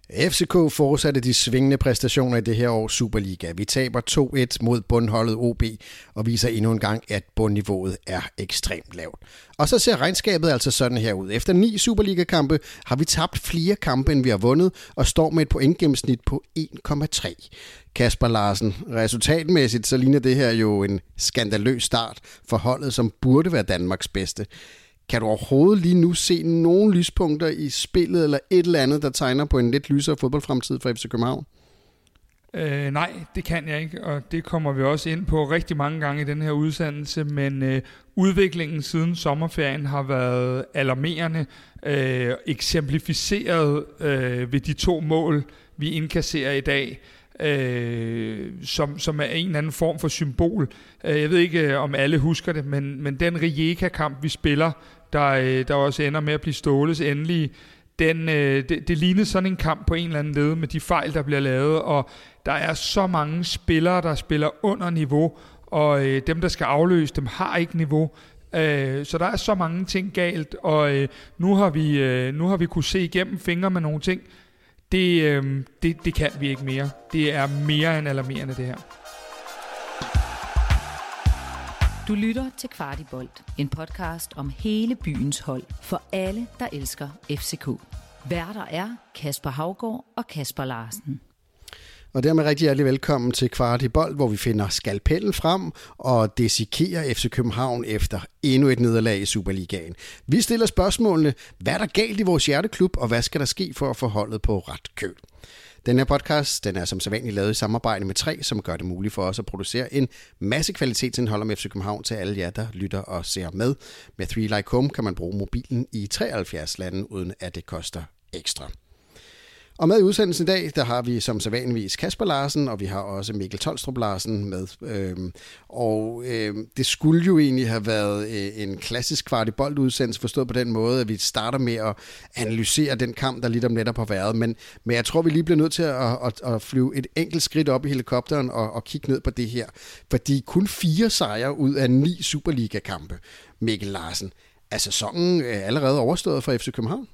FCK fortsatte de svingende præstationer i det her års Superliga. Vi taber 2-1 mod bundholdet OB og viser endnu en gang, at bundniveauet er ekstremt lavt. Og så ser regnskabet altså sådan her ud. Efter 9 Superliga-kampe har vi tabt flere kampe, end vi har vundet, og står med et pointgennemsnit på 1,3. Kasper Larsen, resultatmæssigt så ligner det her jo en skandaløs start for holdet, som burde være Danmarks bedste. Kan du overhovedet lige nu se nogle lyspunkter i spillet eller et eller andet, der tegner på en lidt lysere fodboldfremtid for FC København? Nej, det kan jeg ikke, og det kommer vi også ind på rigtig mange gange i den her udsendelse, men udviklingen siden sommerferien har været alarmerende, eksemplificeret ved de 2 mål, vi indkasserer i dag, som er en eller anden form for symbol. Jeg ved ikke, om alle husker det, men den Rijeka-kamp, vi spiller, der også ender med at blive Ståles endelige, det lignede sådan en kamp på en eller anden led med de fejl, der bliver lavet, og der er så mange spillere, der spiller under niveau, og dem, der skal afløse dem, har ikke niveau. Så der er så mange ting galt, og nu har vi kunne se igennem fingre med nogle ting. Det kan vi ikke mere. Det er mere end alarmerende, det her. Du lytter til Kvartibolt, en podcast om hele byens hold for alle, der elsker FCK. Værter er Kasper Haugaard og Kasper Larsen. Og dermed rigtig hjertelig velkommen til Kvartibolt, hvor vi finder skalpellen frem og dissekerer FC København efter endnu et nederlag i Superligaen. Vi stiller spørgsmålene, hvad er der galt i vores hjerteklub, og hvad skal der ske for at få holdet på ret køl? Den her podcast, den er som sædvanligt lavet i samarbejde med 3, som gør det muligt for os at producere en masse kvalitetsindhold om FC København til alle jer, der lytter og ser med. Med 3 Like Home kan man bruge mobilen i 73 lande, uden at det koster ekstra. Og med i udsendelsen i dag, der har vi som sædvanligvis Kasper Larsen, og vi har også Mikkel Tolstrup Larsen med. Det skulle jo egentlig have været en klassisk Kvartibolt-udsendelse, forstået på den måde, at vi starter med at analysere den kamp, der lidt om netop har været. Men jeg tror, vi lige bliver nødt til at flyve et enkelt skridt op i helikopteren og kigge ned på det her. Fordi kun 4 sejre ud af 9 Superliga-kampe, Mikkel Larsen. Er sæsonen allerede overstået for FC København?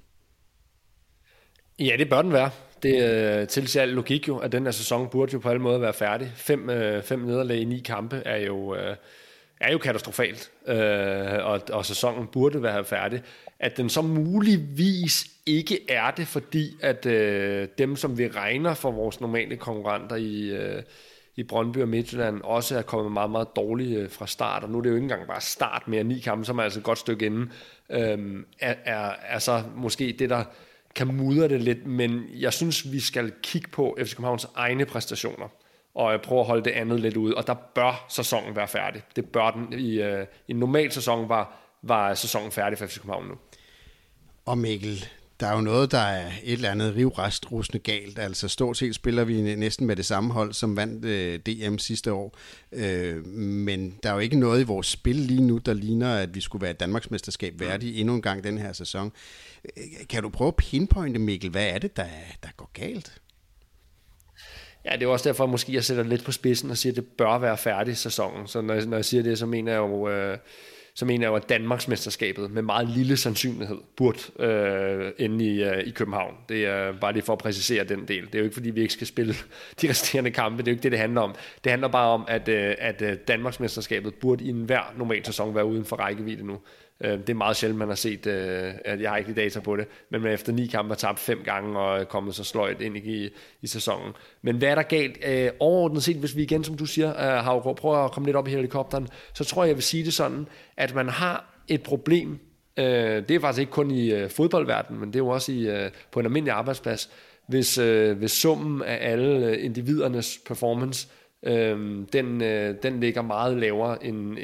Ja, det bør den være. Det tilsiger al logik jo, at den her sæson burde jo på alle måder være færdig. 5 nederlag i 9 kampe er jo katastrofalt, og sæsonen burde være færdig. At den så muligvis ikke er det, fordi at dem, som vi regner for vores normale konkurrenter i Brøndby og Midtjylland, også er kommet meget, meget dårlige fra start, og nu er det jo ikke engang bare start med 9 kampe, som er altså et godt stykke inden, er så måske det, der kan mudre det lidt, men jeg synes, vi skal kigge på FC Københavns egne præstationer, og prøve at holde det andet lidt ude, og der bør sæsonen være færdig. Det bør den. I en normal sæson var sæsonen færdig for FC København nu. Og Mikkel, der er jo noget, der er et eller andet rivrastrusende galt. Altså stort set spiller vi næsten med det samme hold, som vandt DM sidste år. Men der er jo ikke noget i vores spil lige nu, der ligner, at vi skulle være et Danmarksmesterskab værdige endnu en gang den her sæson. Kan du prøve at pinpointe, Mikkel, hvad er det, der går galt? Ja, det er også derfor, måske jeg sætter lidt på spidsen og siger, at det bør være færdig sæsonen. Så når jeg siger det, så mener jeg jo, at Danmarksmesterskabet med meget lille sandsynlighed burde ende i København. Det er bare lige for at præcisere den del. Det er jo ikke, fordi vi ikke skal spille de resterende kampe. Det er jo ikke det handler om. Det handler bare om, at Danmarksmesterskabet burde i enhver normal sæson være uden for rækkevidde nu. Det er meget sjældent, man har set, at jeg har ikke data på det, men man efter 9 kampe har tabt 5 gange og er kommet så sløjt ind i sæsonen. Men hvad er der galt? Overordnet set, hvis vi igen, som du siger, Haugaard, prøver at komme lidt op i helikopteren, så tror jeg vil sige det sådan, at man har et problem. Det er faktisk ikke kun i fodboldverdenen, men det er jo også på en almindelig arbejdsplads, hvis summen af alle individernes performance den ligger meget lavere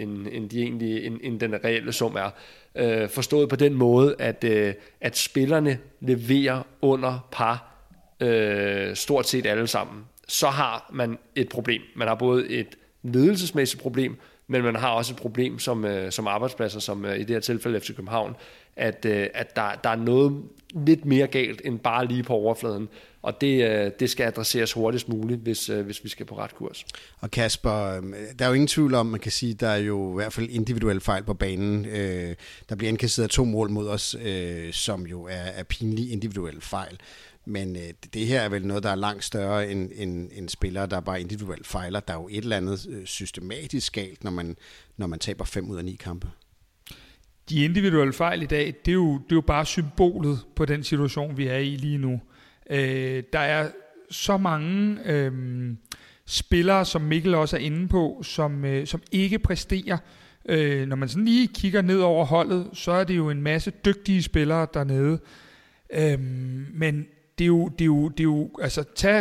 end den reelle sum er. Forstået på den måde, at spillerne leverer under par stort set alle sammen. Så har man et problem. Man har både et ledelsesmæssigt problem, men man har også et problem som arbejdspladser, som i det her tilfælde FC København, at der er noget lidt mere galt end bare lige på overfladen. Og det skal adresseres hurtigst muligt, hvis vi skal på ret kurs. Og Kasper, der er jo ingen tvivl om, man kan sige, der er jo i hvert fald individuelle fejl på banen. Der bliver indkasseret 2 mål mod os, som jo er pinlige individuelle fejl. Men det her er vel noget, der er langt større end spillere, der bare individuelt fejler. Der er jo et eller andet systematisk galt, når man taber 5 ud af 9 kampe. De individuelle fejl i dag, det er jo bare symbolet på den situation, vi er i lige nu. Der er så mange spillere, som Mikkel også er inde på, som ikke præsterer. Når man sådan lige kigger ned over holdet, så er det jo en masse dygtige spillere dernede. Men det er jo altså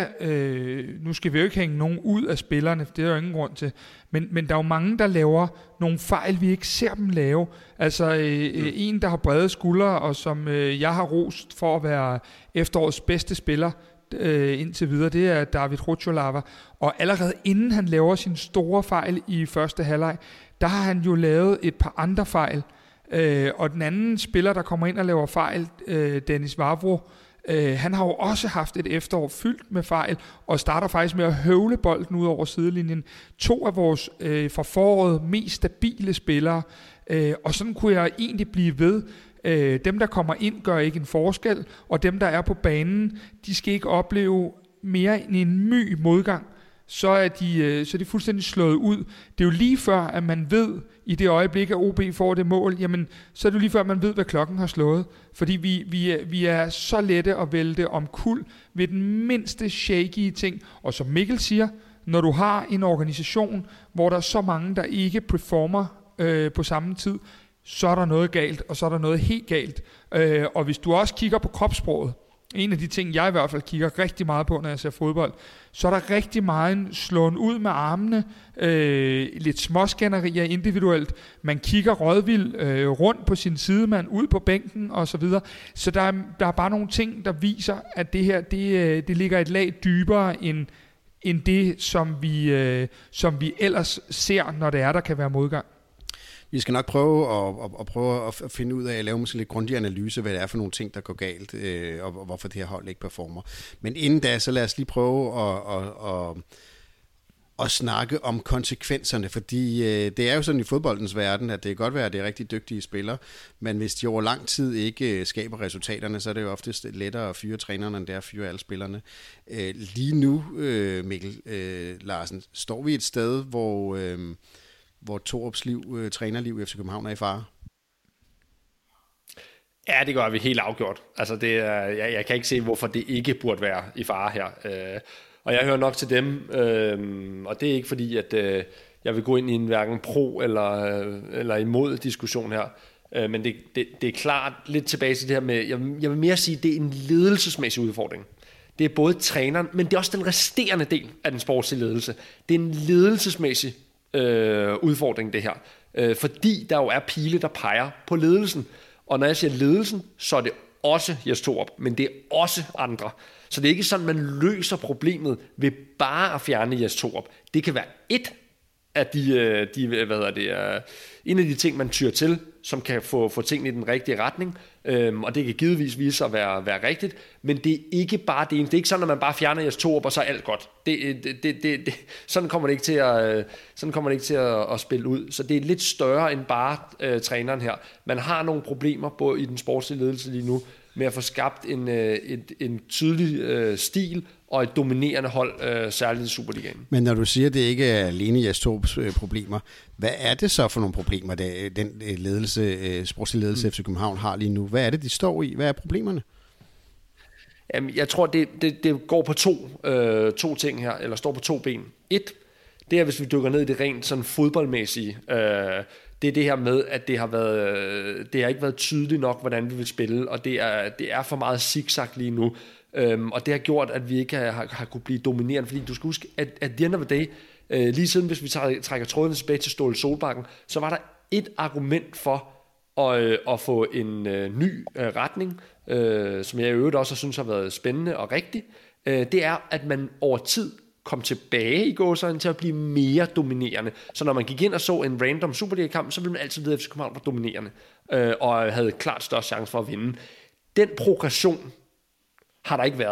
nu skal vi jo ikke hænge nogen ud af spillerne, det er jo ingen grund til, men der er jo mange, der laver nogle fejl, vi ikke ser dem lave. Altså en, der har brede skuldre, og som jeg har rost for at være efterårets bedste spiller indtil videre, det er David Rocholava. Og allerede inden han laver sin store fejl i første halvleg, der har han jo lavet et par andre fejl. Og den anden spiller, der kommer ind og laver fejl, Dennis Vavro, han har jo også haft et efterår fyldt med fejl, og starter faktisk med at høvle bolden ud over sidelinjen. 2 af vores fra foråret mest stabile spillere, og sådan kunne jeg egentlig blive ved. Dem, der kommer ind, gør ikke en forskel, og dem, der er på banen, de skal ikke opleve mere end en my modgang. Så er de fuldstændig slået ud. Det er jo lige før, at man ved, i det øjeblik, at OB får det mål, jamen, så er det jo lige før, at man ved, hvad klokken har slået. Fordi vi er så lette at vælte omkuld ved den mindste shaky ting. Og som Mikkel siger, når du har en organisation, hvor der er så mange, der ikke performer på samme tid, så er der noget galt, og så er der noget helt galt. Og hvis du også kigger på kropssproget, en af de ting, jeg i hvert fald kigger rigtig meget på, når jeg ser fodbold, så er der rigtig meget slåen ud med armene, lidt småskænderier individuelt. Man kigger rådvild rundt på sin sidemand, ud på bænken osv. Så der er bare nogle ting, der viser, at det her, det ligger et lag dybere end det, som vi ellers ser, når det er, der kan være modgang. Vi skal nok prøve at finde ud af at lave måske lidt grundig analyse, hvad det er for nogle ting, der går galt, og hvorfor det her hold ikke performer. Men inden da, så lad os lige prøve at snakke om konsekvenserne, fordi det er jo sådan i fodboldens verden, at det kan godt være, at det er rigtig dygtige spillere, men hvis de over lang tid ikke skaber resultaterne, så er det jo oftest lettere at fyre trænerne, end det er at fyre alle spillerne. Lige nu, Mikkel Larsen, står vi et sted, hvor Torups trænerliv i FC København er i fare? Ja, det gør vi helt afgjort. Altså jeg kan ikke se, hvorfor det ikke burde være i fare her. Og jeg hører nok til dem, og det er ikke fordi, at jeg vil gå ind i en hverken pro eller imod diskussion her. Men det er klart lidt tilbage til det her med, jeg vil mere sige, at det er en ledelsesmæssig udfordring. Det er både træneren, men det er også den resterende del af den sportslige ledelse. Det er en ledelsesmæssig udfordring, det her. Fordi der jo er pile, der peger på ledelsen. Og når jeg siger ledelsen, så er det også Jes Torup, men det er også andre. Så det er ikke sådan, man løser problemet ved bare at fjerne Jes Torup. Det kan være et af en af de ting, man tyr til, som kan få tingene i den rigtige retning. Og det kan givetvis vise sig at være rigtigt, men det er ikke bare det ene. Det er ikke sådan, at man bare fjerner Jes Torup, og så er alt godt. Sådan kommer det ikke til at spille ud. Så det er lidt større end bare træneren her. Man har nogle problemer både i den sportslige ledelse lige nu, med at få skabt en tydelig stil og et dominerende hold, særligt i Superligaen. Men når du siger, at det ikke er alene Jes Torups problemer, hvad er det så for nogle problemer, den sportslige ledelse FC København har lige nu? Hvad er det, de står i? Hvad er problemerne? Jamen, jeg tror, det går på to ting her, eller står på 2 ben. Et, det er, hvis vi dykker ned i det rent sådan fodboldmæssige. Det er det her med, at det har ikke været tydeligt nok, hvordan vi vil spille, og det er for meget zigzag lige nu. Og det har gjort, at vi ikke har kunne blive dominerende, fordi du skal huske, at the end of the day, lige siden, hvis vi trækker trådene tilbage til Ståle Solbakken, så var der et argument for at få en ny retning, som jeg i øvrigt også synes har været spændende og rigtig. Det er, at man over tid kom tilbage i gåsøjne til at blive mere dominerende. Så når man gik ind og så en random Superliga-kamp, så ville man altid vide, at FC København var dominerende, og havde klart størst chance for at vinde. Den progression har der ikke været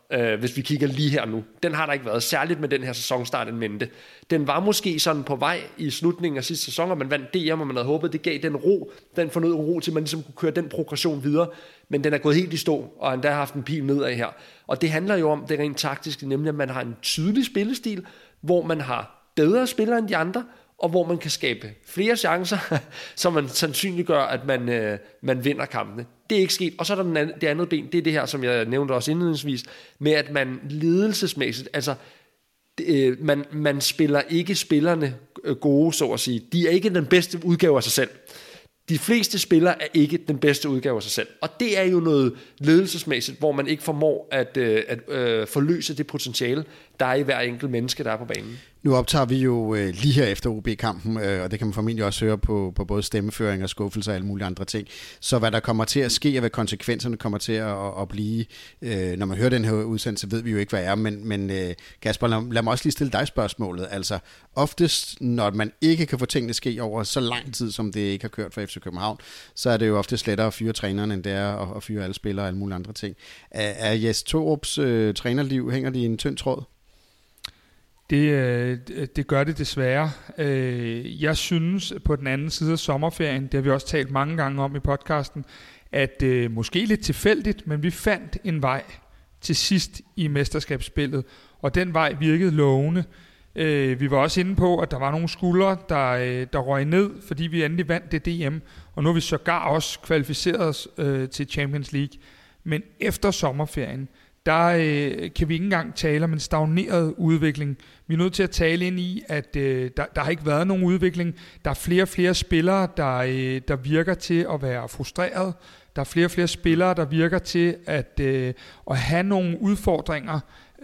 hvis vi kigger lige her nu. Den har der ikke været, særligt med den her sæsonstart en mente. Den var måske sådan på vej i slutningen af sidste sæson, og man vandt DM, og man havde håbet, det gav den ro, den fornødne ro til, man ligesom kunne køre den progression videre, men den er gået helt i stå, og endda har haft en pil nedad her. Og det handler jo om det rent taktiske, nemlig at man har en tydelig spillestil, hvor man har bedre spillere end de andre, og hvor man kan skabe flere chancer, så man sandsynliggør, at man vinder kampene. Det er ikke sket. Og så er der det andet ben, det er det her, som jeg nævnte også indledningsvis, med at man ledelsesmæssigt, altså man spiller ikke spillerne gode, så at sige. De er ikke den bedste udgave af sig selv. De fleste spillere er ikke den bedste udgave af sig selv. Og det er jo noget ledelsesmæssigt, hvor man ikke formår at forløse det potentiale, der er i hver enkelt menneske, der er på banen. Nu optager vi jo lige her efter OB-kampen, og det kan man formentlig også høre på både stemmeføring og skuffelse og alle mulige andre ting. Så hvad der kommer til at ske, og hvad konsekvenserne kommer til at blive, når man hører den her udsendelse, ved vi jo ikke, hvad er. Men Kasper, lad mig også lige stille dig spørgsmålet. Altså, oftest, når man ikke kan få tingene ske over så lang tid, som det ikke har kørt for FC København, så er det jo ofte lettere at fyre træneren, end det er at fyre alle spillere og alle mulige andre ting. Er Jes Torups trænerliv, hænger de i en tynd tråd? Det gør det desværre. Jeg synes på den anden side af sommerferien, det har vi også talt mange gange om i podcasten, at måske lidt tilfældigt, men vi fandt en vej til sidst i mesterskabsspillet, og den vej virkede lovende. Vi var også inde på, at der var nogle skuldre, der røg ned, fordi vi endelig vandt det DM, og nu har vi sågar også kvalificeret os til Champions League. Men efter sommerferien, der kan vi ikke engang tale om en stagneret udvikling. Vi er nødt til at tale ind i, at der har ikke været nogen udvikling. Der er flere og flere spillere, der virker til at være frustreret. Der er flere og flere spillere, der virker til at have nogle udfordringer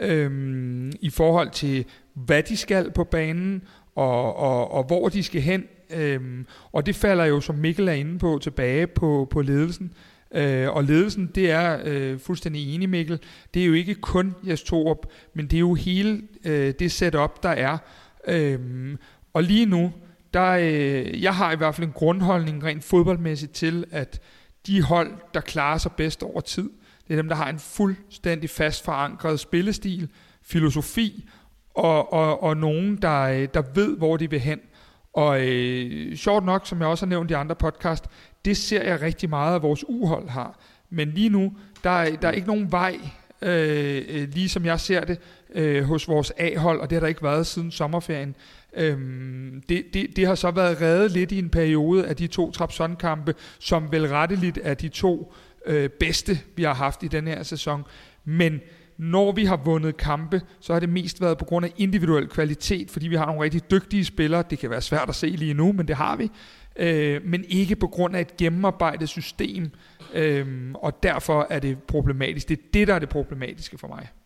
i forhold til, hvad de skal på banen, og hvor de skal hen. Og det falder jo, som Mikkel er inde på, tilbage på ledelsen. Og ledelsen, det er fuldstændig enig, Mikkel. Det er jo ikke kun Jes Torup, men det er jo hele det setup, der er. Og lige nu, jeg har i hvert fald en grundholdning rent fodboldmæssigt til, at de hold, der klarer sig bedst over tid, det er dem, der har en fuldstændig fast forankret spillestil, filosofi, og nogen, der ved, hvor de vil hen. Og sjovt nok, som jeg også har nævnt i andre podcast, det ser jeg rigtig meget af vores U-hold har. Men lige nu, der er ikke nogen vej, lige som jeg ser det, hos vores A-hold, og det har der ikke været siden sommerferien. Det har så været reddet lidt i en periode af de 2 Trabzon-kampe, som vel retteligt er de 2 bedste, vi har haft i den her sæson. Men når vi har vundet kampe, så har det mest været på grund af individuel kvalitet, fordi vi har nogle rigtig dygtige spillere. Det kan være svært at se lige nu, men det har vi. Men ikke på grund af et gennemarbejdet system, og derfor er det problematisk. Det er det, der er det problematiske for mig.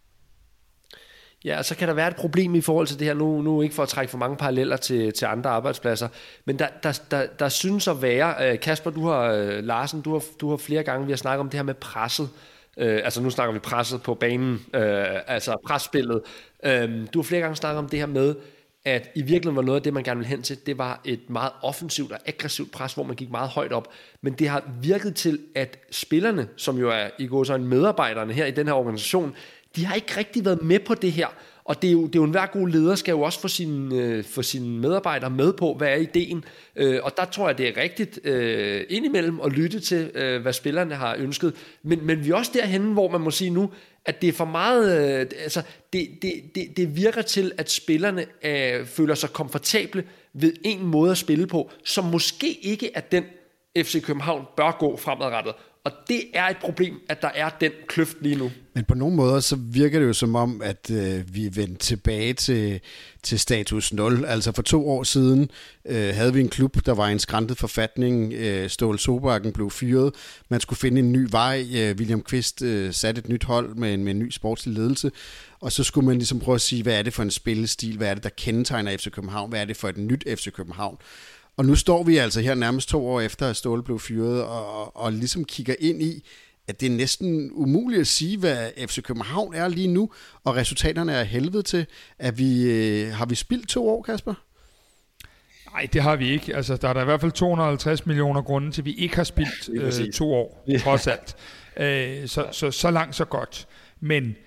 Ja, og så kan der være et problem i forhold til det her, nu ikke for at trække for mange paralleller til andre arbejdspladser, men der synes at være, Kasper, Larsen, du har flere gange, vi har snakket om det her med presset, altså nu snakker vi presset på banen, altså presspillet, du har flere gange snakket om det her med, at i virkeligheden var noget af det, man gerne ville hen til, det var et meget offensivt og aggressivt pres, hvor man gik meget højt op. Men det har virket til, at spillerne, som jo er i gåseøjne medarbejderne her i den her organisation, de har ikke rigtig været med på det her. Og det er jo enhver god leder skal jo også få sine medarbejdere med på, hvad er ideen. Og der tror jeg, det er rigtigt indimellem at lytte til, hvad spillerne har ønsket. Men vi er også derhenne, hvor man må sige nu, at det er for meget, altså det virker til, at spillerne føler sig komfortable ved en måde at spille på, som måske ikke er den FC København bør gå fremadrettet. Og det er et problem, at der er den kløft lige nu. Men på nogle måder, så virker det jo som om, at vi er vendt tilbage til status 0. Altså for 2 år siden havde vi en klub, der var i en skræntet forfatning. Ståle Sobakken blev fyret. Man skulle finde en ny vej. William Kvist satte et nyt hold med en ny sportslig ledelse. Og så skulle man ligesom prøve at sige, hvad er det for en spillestil? Hvad er det, der kendetegner FC København? Hvad er det for et nyt FC København? Og nu står vi altså her nærmest 2 år efter, at Ståle blev fyret, og ligesom kigger ind i, at det er næsten umuligt at sige, hvad FC København er lige nu, og resultaterne er helvede til. Har vi spildt 2 år, Kasper? Nej, det har vi ikke. Altså, der er der i hvert fald 250 millioner grunde til, at vi ikke har spildt 2 år, trods alt. Så langt, så godt. Men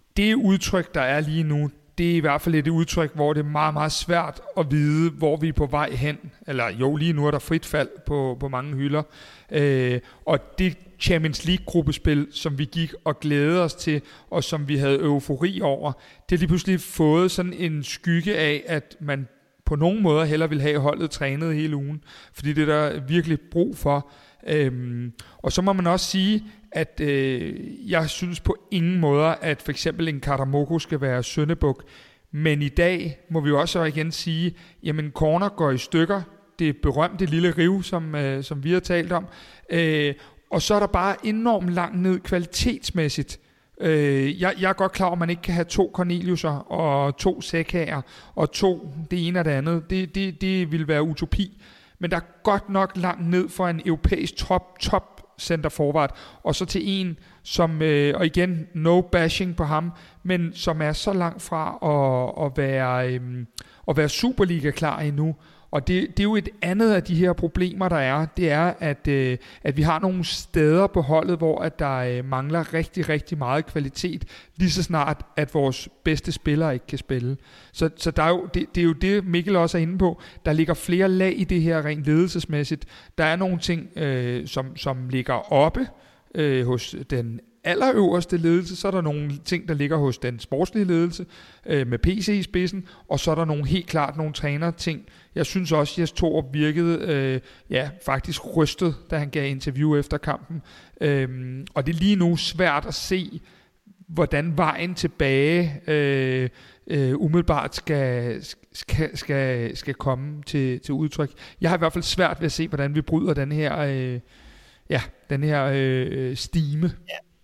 det udtryk, der er lige nu, det er i hvert fald et udtryk, hvor det er meget, meget svært at vide, hvor vi er på vej hen. Eller jo, lige nu er der frit fald på mange hylder. Og det Champions League-gruppespil, som vi gik og glædede os til, og som vi havde eufori over, det har lige pludselig fået sådan en skygge af, at man på nogen måder hellere vil have holdet trænet hele ugen. Fordi det er der virkelig brug for. Og så må man også sige, at jeg synes på ingen måder, at for eksempel en Karamoko skal være syndebuk. Men i dag må vi jo også igen sige, jamen corner går i stykker. Det berømte lille riv, som vi har talt om. Og så er der bare enormt langt ned kvalitetsmæssigt. Jeg er godt klar over, at man ikke kan have 2 Cornelius'er og 2 Sækhager og 2 det ene og det andet. Det vil være utopi. Men der er godt nok langt ned for en europæisk top center forward, og så til en, som, og igen, no bashing på ham, men som er så langt fra at være Superliga klar endnu. Og det er jo et andet af de her problemer, der er. Det er, at vi har nogle steder på holdet, hvor at der mangler rigtig, rigtig meget kvalitet, lige så snart, at vores bedste spillere ikke kan spille. Så der er jo, det er jo det, Mikkel også er inde på. Der ligger flere lag i det her rent ledelsesmæssigt. Der er nogle ting, som ligger oppe hos den allerøverste ledelse, så er der nogle ting, der ligger hos den sportslige ledelse med PC i spidsen, og så er der helt klart nogle trænerting. Jeg synes også, at Jes Torup virkede faktisk rystet, da han gav interview efter kampen. Og det er lige nu svært at se, hvordan vejen tilbage umiddelbart skal komme til udtryk. Jeg har i hvert fald svært ved at se, hvordan vi bryder den her stime.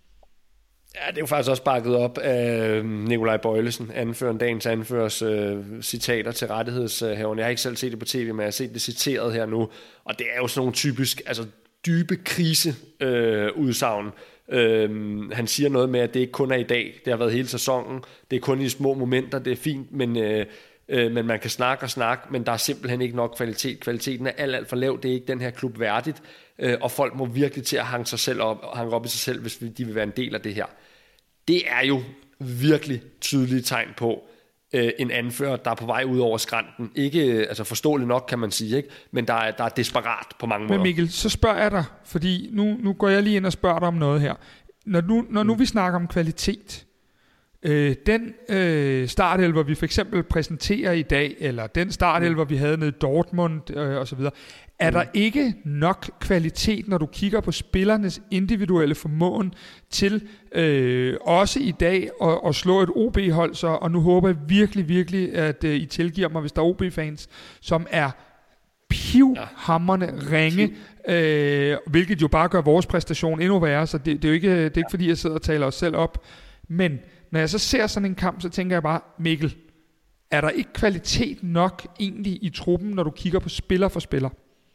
Ja, det er jo faktisk også bakket op af Nikolaj Bøjlesen, dagens anførers citater til rettighedshaverne. Jeg har ikke selv set det på tv, men jeg har set det citeret her nu, og det er jo sådan nogle typisk, altså dybe kriseudsagn. Han siger noget med, at det ikke kun er i dag, det har været hele sæsonen, det er kun i små momenter, det er fint, men man kan snakke og snakke, men der er simpelthen ikke nok kvalitet. Kvaliteten er alt for lav, det er ikke den her klub værdigt, og folk må virkelig til at hange op i sig selv, hvis de vil være en del af det her. Det er jo virkelig tydelige tegn på en anfører, der er på vej ud over skrænten. Ikke altså forståeligt nok, kan man sige, ikke? Men der er desperat på mange måder. Men Mikkel, så spørger jeg dig, fordi nu går jeg lige ind og spørger dig om noget her. Når nu vi snakker om kvalitet, den startelver, vi for eksempel præsenterer i dag, eller den startelver, vi havde nede i Dortmund osv., er der ikke nok kvalitet, når du kigger på spillernes individuelle formåen til også i dag at slå et OB-hold, så, og nu håber jeg virkelig, virkelig, at I tilgiver mig, hvis der er OB-fans, som er pivhamrende ringe, hvilket jo bare gør vores præstation endnu værre, så det er jo ikke fordi, jeg sidder og taler os selv op, men når jeg så ser sådan en kamp, så tænker jeg bare, Mikkel, er der ikke kvalitet nok egentlig i truppen, når du kigger på spiller for spiller?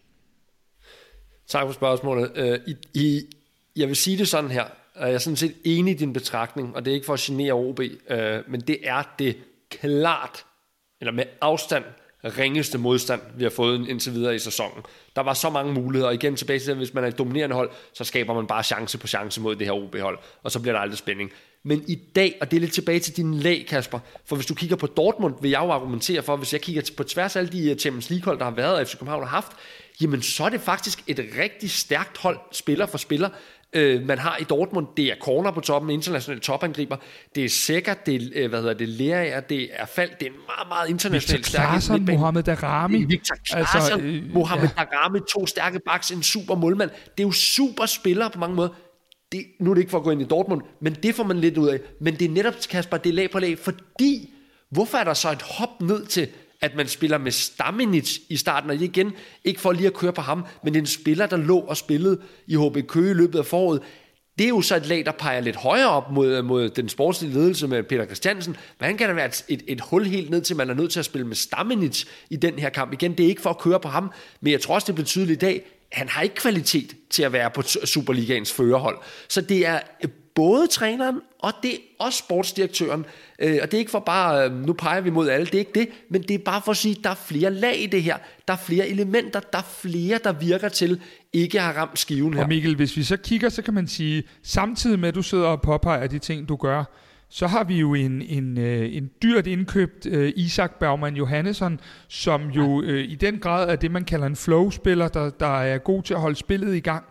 Tak for spørgsmålet. Jeg vil sige det sådan her, jeg er sådan set enig i din betragtning, og det er ikke for at genere OB, men det er det klart, eller med afstand, ringeste modstand, vi har fået indtil videre i sæsonen. Der var så mange muligheder, og igen tilbage til det, hvis man er et dominerende hold, så skaber man bare chance på chance mod det her OB-hold, og så bliver der aldrig spænding. Men i dag, og det er lidt tilbage til din lag, Kasper, for hvis du kigger på Dortmund, vil jeg jo argumentere for, hvis jeg kigger på tværs af alle de Champions League-hold, der har været, og FC København har haft, jamen så er det faktisk et rigtig stærkt hold, spiller for spiller. Man har i Dortmund, det er corner på toppen, internationale topangriber, det er sikkert, det er Lerager, det er Fald, det er en meget, meget internationalt stærk. Mohamed Darami. Victor Claesson, Mohamed Darami, 2 stærke backs, en super målmand. Det er jo super spillere på mange måder. Nu er det ikke for at gå ind i Dortmund, men det får man lidt ud af. Men det er netop, Kasper, det er lag på lag, fordi hvorfor er der så et hop ned til, at man spiller med Stamenic i starten, og igen, ikke for lige at køre på ham, men en spiller, der lå og spillede i HB Køge i løbet af foråret. Det er jo så et lag, der peger lidt højere op mod den sportslige ledelse med Peter Christiansen. Hvordan kan der være et hul helt ned til, man er nødt til at spille med Stamenic i den her kamp? Igen, det er ikke for at køre på ham, men jeg tror også, det bliver tydeligt i dag. Han har ikke kvalitet til at være på Superligaens førerhold. Så det er både træneren, og det er også sportsdirektøren. Og det er ikke for bare, nu peger vi mod alle, det er ikke det, men det er bare for at sige, at der er flere lag i det her. Der er flere elementer, der er flere, der virker til ikke at have ramt skiven her. Og Mikkel, hvis vi så kigger, så kan man sige, samtidig med at du sidder og påpeger de ting, du gør, så har vi jo en dyrt indkøbt Isak Bergman Johannesson, som jo i den grad er det, man kalder en flow-spiller, der er god til at holde spillet i gang.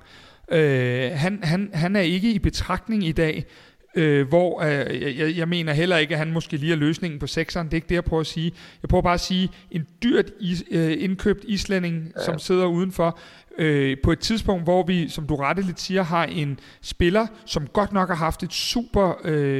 Han er ikke i betragtning i dag, hvor jeg mener heller ikke, at han måske lige er løsningen på sekseren. Det er ikke det, jeg prøver at sige. Jeg prøver bare at sige, en dyrt indkøbt islænding, som sidder udenfor, på et tidspunkt, hvor vi, som du retteligt siger, har en spiller, som godt nok har haft et super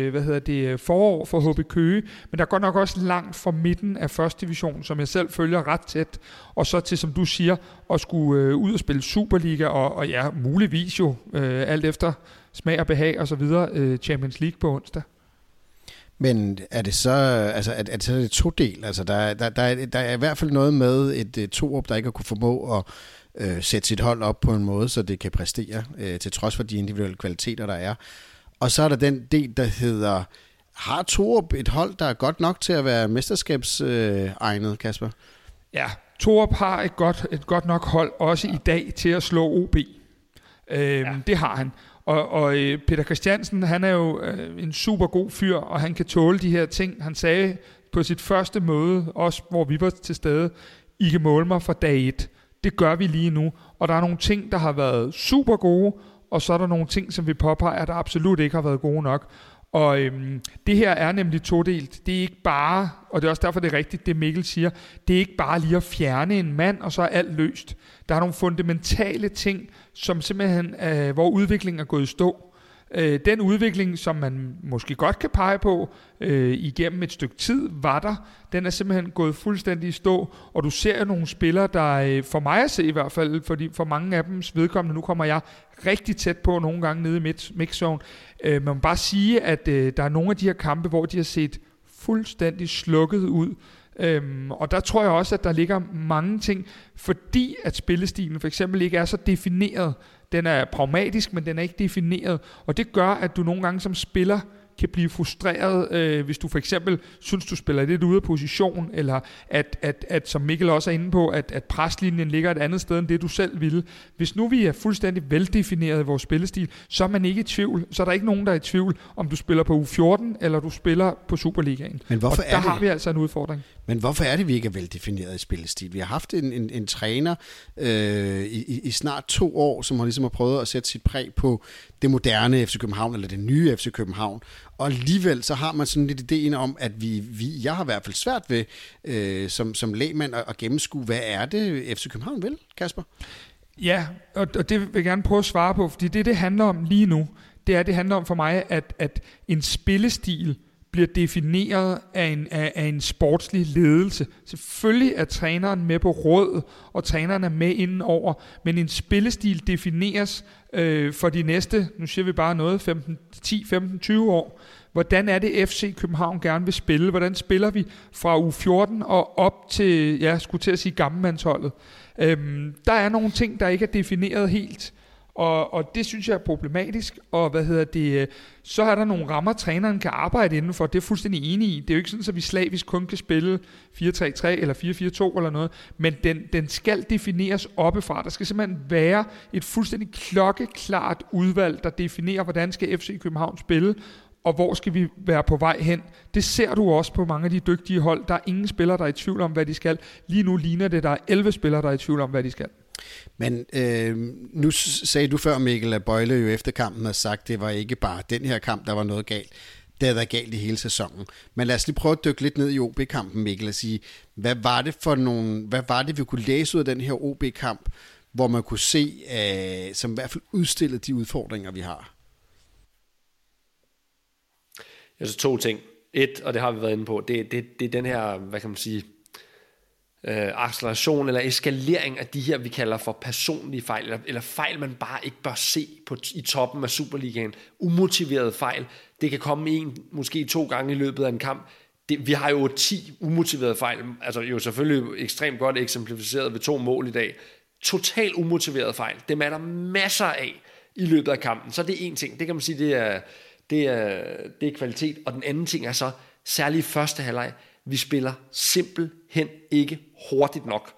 forår for HB Køge, men der er godt nok også langt fra midten af første division, som jeg selv følger ret tæt, og så til, som du siger, at skulle ud og spille Superliga, og ja, muligvis jo, alt efter smag og behag og så videre, Champions League på onsdag. Men er det så, altså er det så et todel? Altså der er i hvert fald noget med et Torup, der ikke har kunne formå at sætte sit hold op på en måde, så det kan præstere, til trods for de individuelle kvaliteter, der er. Og så er der den del, der hedder, har Torup et hold, der er godt nok til at være mesterskabsegnet, Kasper? Ja, Torup har et godt nok hold, også i dag, til at slå OB. Det har han. Og Peter Christiansen, han er jo en super god fyr, og han kan tåle de her ting. Han sagde på sit første møde, også hvor vi var til stede, I kan måle mig fra dag 1. Det gør vi lige nu. Og der er nogle ting, der har været super gode, og så er der nogle ting, som vi påpeger, der absolut ikke har været gode nok. Og det her er nemlig todelt. Det er ikke bare, og det er også derfor, det er rigtigt, det Mikkel siger, det er ikke bare lige at fjerne en mand, og så er alt løst. Der er nogle fundamentale ting, som simpelthen, hvor udviklingen er gået i stå. Den udvikling, som man måske godt kan pege på igennem et stykke tid, var der. Den er simpelthen gået fuldstændig i stå, og du ser nogle spillere, der for mig at se i hvert fald, fordi for mange af dems vedkommende, nu kommer jeg rigtig tæt på nogle gange nede i mixzone. Man må bare sige, at der er nogle af de her kampe, hvor de har set fuldstændig slukket ud. Og der tror jeg også, at der ligger mange ting, fordi at spillestilen for eksempel ikke er så defineret. Den er pragmatisk, men den er ikke defineret, og det gør, at du nogle gange som spiller kan blive frustreret, hvis du for eksempel synes, du spiller lidt ude af position, eller at som Mikkel også er inde på, at preslinjen ligger et andet sted end det, du selv ville. Hvis nu vi er fuldstændig veldefineret i vores spillestil, så er man ikke i tvivl. Så er der ikke nogen, der er i tvivl, om du spiller på U14, eller du spiller på Superligaen. Men hvorfor og der har vi altså en udfordring. Men hvorfor er det, vi ikke er veldefineret i spillestil? Vi har haft en træner i snart 2 år, som har ligesom prøvet at sætte sit præg på det moderne FC København, eller det nye FC København. Og alligevel så har man sådan lidt ideen om, at jeg har i hvert fald svært ved, som lægmand at gennemskue, hvad er det FC København vil, Kasper? Ja, og det vil jeg gerne prøve at svare på, fordi det handler om lige nu, det handler om for mig, at en spillestil bliver defineret af en sportslig ledelse. Selvfølgelig er træneren med på råd, og træneren er med indenover, men en spillestil defineres for de næste, nu siger vi bare noget, 10, 15, 20 år. Hvordan er det FC København gerne vil spille? Hvordan spiller vi fra U14 og op til, jeg skulle til at sige gammelmandsholdet? Der er nogle ting, der ikke er defineret helt, og det synes jeg er problematisk, og så er der nogle rammer, træneren kan arbejde indenfor, det er fuldstændig enig i. Det er jo ikke sådan, at vi slavisk kun kan spille 4-3-3 eller 4-4-2 eller noget, men den skal defineres oppefra. Der skal simpelthen være et fuldstændig klokkeklart udvalg, der definerer, hvordan skal FC København spille, og hvor skal vi være på vej hen. Det ser du også på mange af de dygtige hold. Der er ingen spillere, der er i tvivl om, hvad de skal. Lige nu ligner det, der er 11 spillere, der er i tvivl om, hvad de skal. Men nu sagde du før, Mikkel, at Bøjle jo efter kampen har sagt, det var ikke bare den her kamp, der var noget galt. Det havde været galt i hele sæsonen. Men lad os lige prøve at dykke lidt ned i OB-kampen, Mikkel, og sige, hvad var det, vi kunne læse ud af den her OB-kamp, hvor man kunne se, som i hvert fald udstillede de udfordringer, vi har? Altså 2 ting. 1, og det har vi været inde på, det er den her, hvad kan man sige, acceleration eller eskalering af de her, vi kalder for personlige fejl, eller fejl, man bare ikke bør se i toppen af Superligaen. Umotiverede fejl. Det kan komme måske 2 gange i løbet af en kamp. Vi har jo 10 umotiverede fejl, altså jo selvfølgelig ekstremt godt eksemplificeret ved 2 mål i dag. Total umotiverede fejl. Dem er der masser af i løbet af kampen. Så det er en ting. Det kan man sige, det er kvalitet. Og den anden ting er så, særligt i første halvleg, vi spiller simpelthen ikke hurtigt nok.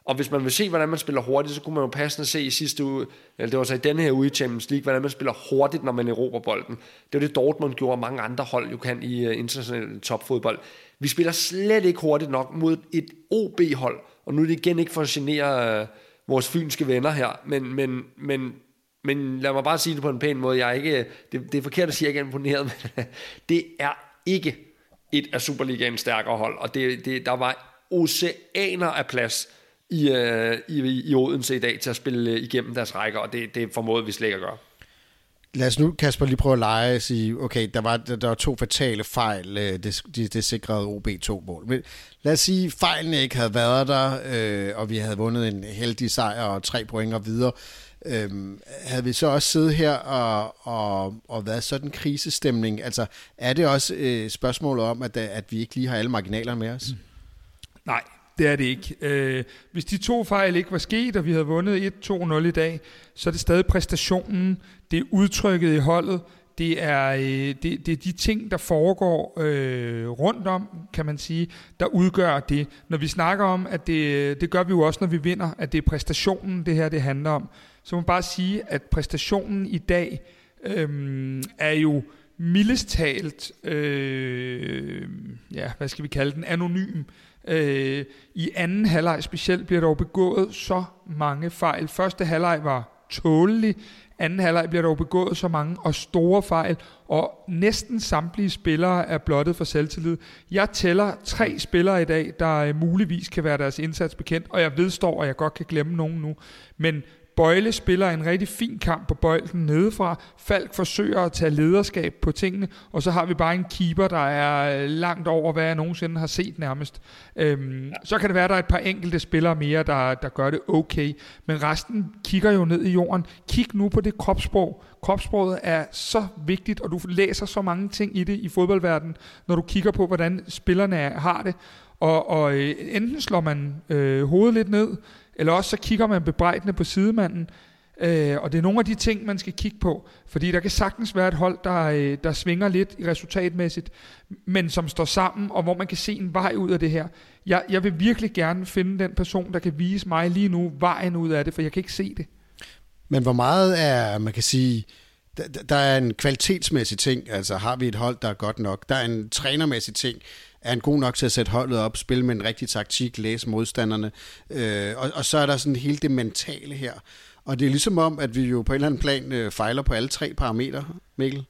Og hvis man vil se, hvordan man spiller hurtigt, så kunne man jo passende se i sidste uge, eller det var så i denne her uge i Champions League, hvordan man spiller hurtigt, når man erobrer bolden. Det var det Dortmund gjorde, og mange andre hold jo kan i international topfodbold. Vi spiller slet ikke hurtigt nok mod et OB-hold, og nu er det igen ikke for at genere vores fynske venner her, men lad mig bare sige det på en pæn måde. Jeg er ikke, det er forkert at sige, at jeg er imponeret, men det er ikke et af Superligaens stærkere hold, og der var oceaner af plads i Odense i dag til at spille igennem deres rækker, og det formåede vi slet ikke at gøre. Lad os nu, Kasper, lige prøve at lege og sige, okay, der var 2 fatale fejl, det sikrede OB 2 mål. Men lad os sige, fejlene ikke havde været der, og vi havde vundet en heldig sejr og 3 point og videre. Havde vi så også siddet her og været sådan en krisestemning? Altså, er det også spørgsmålet om, at vi ikke lige har alle marginaler med os? Nej, det er det ikke. Hvis de 2 fejl ikke var sket, og vi havde vundet 1-2-0 i dag, så er det stadig præstationen, det er udtrykket i holdet, det er de ting, der foregår rundt om, kan man sige, der udgør det. Når vi snakker om, at det gør vi jo også, når vi vinder, at det er præstationen, det her det handler om, så må man bare sige, at præstationen i dag er jo mildest talt, hvad skal vi kalde den, anonym. I anden halvleg specielt bliver der jo begået så mange fejl. Første halvleg var tålelig, anden halvleg bliver der jo begået så mange og store fejl, og næsten samtlige spillere er blottet for selvtillid. Jeg tæller 3 spillere i dag, der muligvis kan være deres indsats bekendt, og jeg vedstår, at jeg godt kan glemme nogen nu, men Bøjle spiller en rigtig fin kamp på bolden nedefra. Falk forsøger at tage lederskab på tingene, og så har vi bare en keeper, der er langt over, hvad jeg nogensinde har set nærmest. Så kan det være, at der er et par enkelte spillere mere, der gør det okay, men resten kigger jo ned i jorden. Kig nu på det kropssprog. Kropssproget er så vigtigt, og du læser så mange ting i det i fodboldverdenen, når du kigger på, hvordan spillerne har det. Og enten slår man hovedet lidt ned, eller også så kigger man bebrejdende på sidemanden, og det er nogle af de ting, man skal kigge på, fordi der kan sagtens være et hold, der svinger lidt resultatmæssigt, men som står sammen, og hvor man kan se en vej ud af det her. Jeg vil virkelig gerne finde den person, der kan vise mig lige nu vejen ud af det, for jeg kan ikke se det. Men hvor meget er, man kan sige, der er en kvalitetsmæssig ting, altså har vi et hold, der er godt nok, der er en trænermæssig ting, er en god nok til at sætte holdet op, spille med en rigtig taktik, læse modstanderne, og så er der sådan hele det mentale her. Og det er ligesom om, at vi jo på en eller anden plan fejler på alle 3 parametre, Mikkel.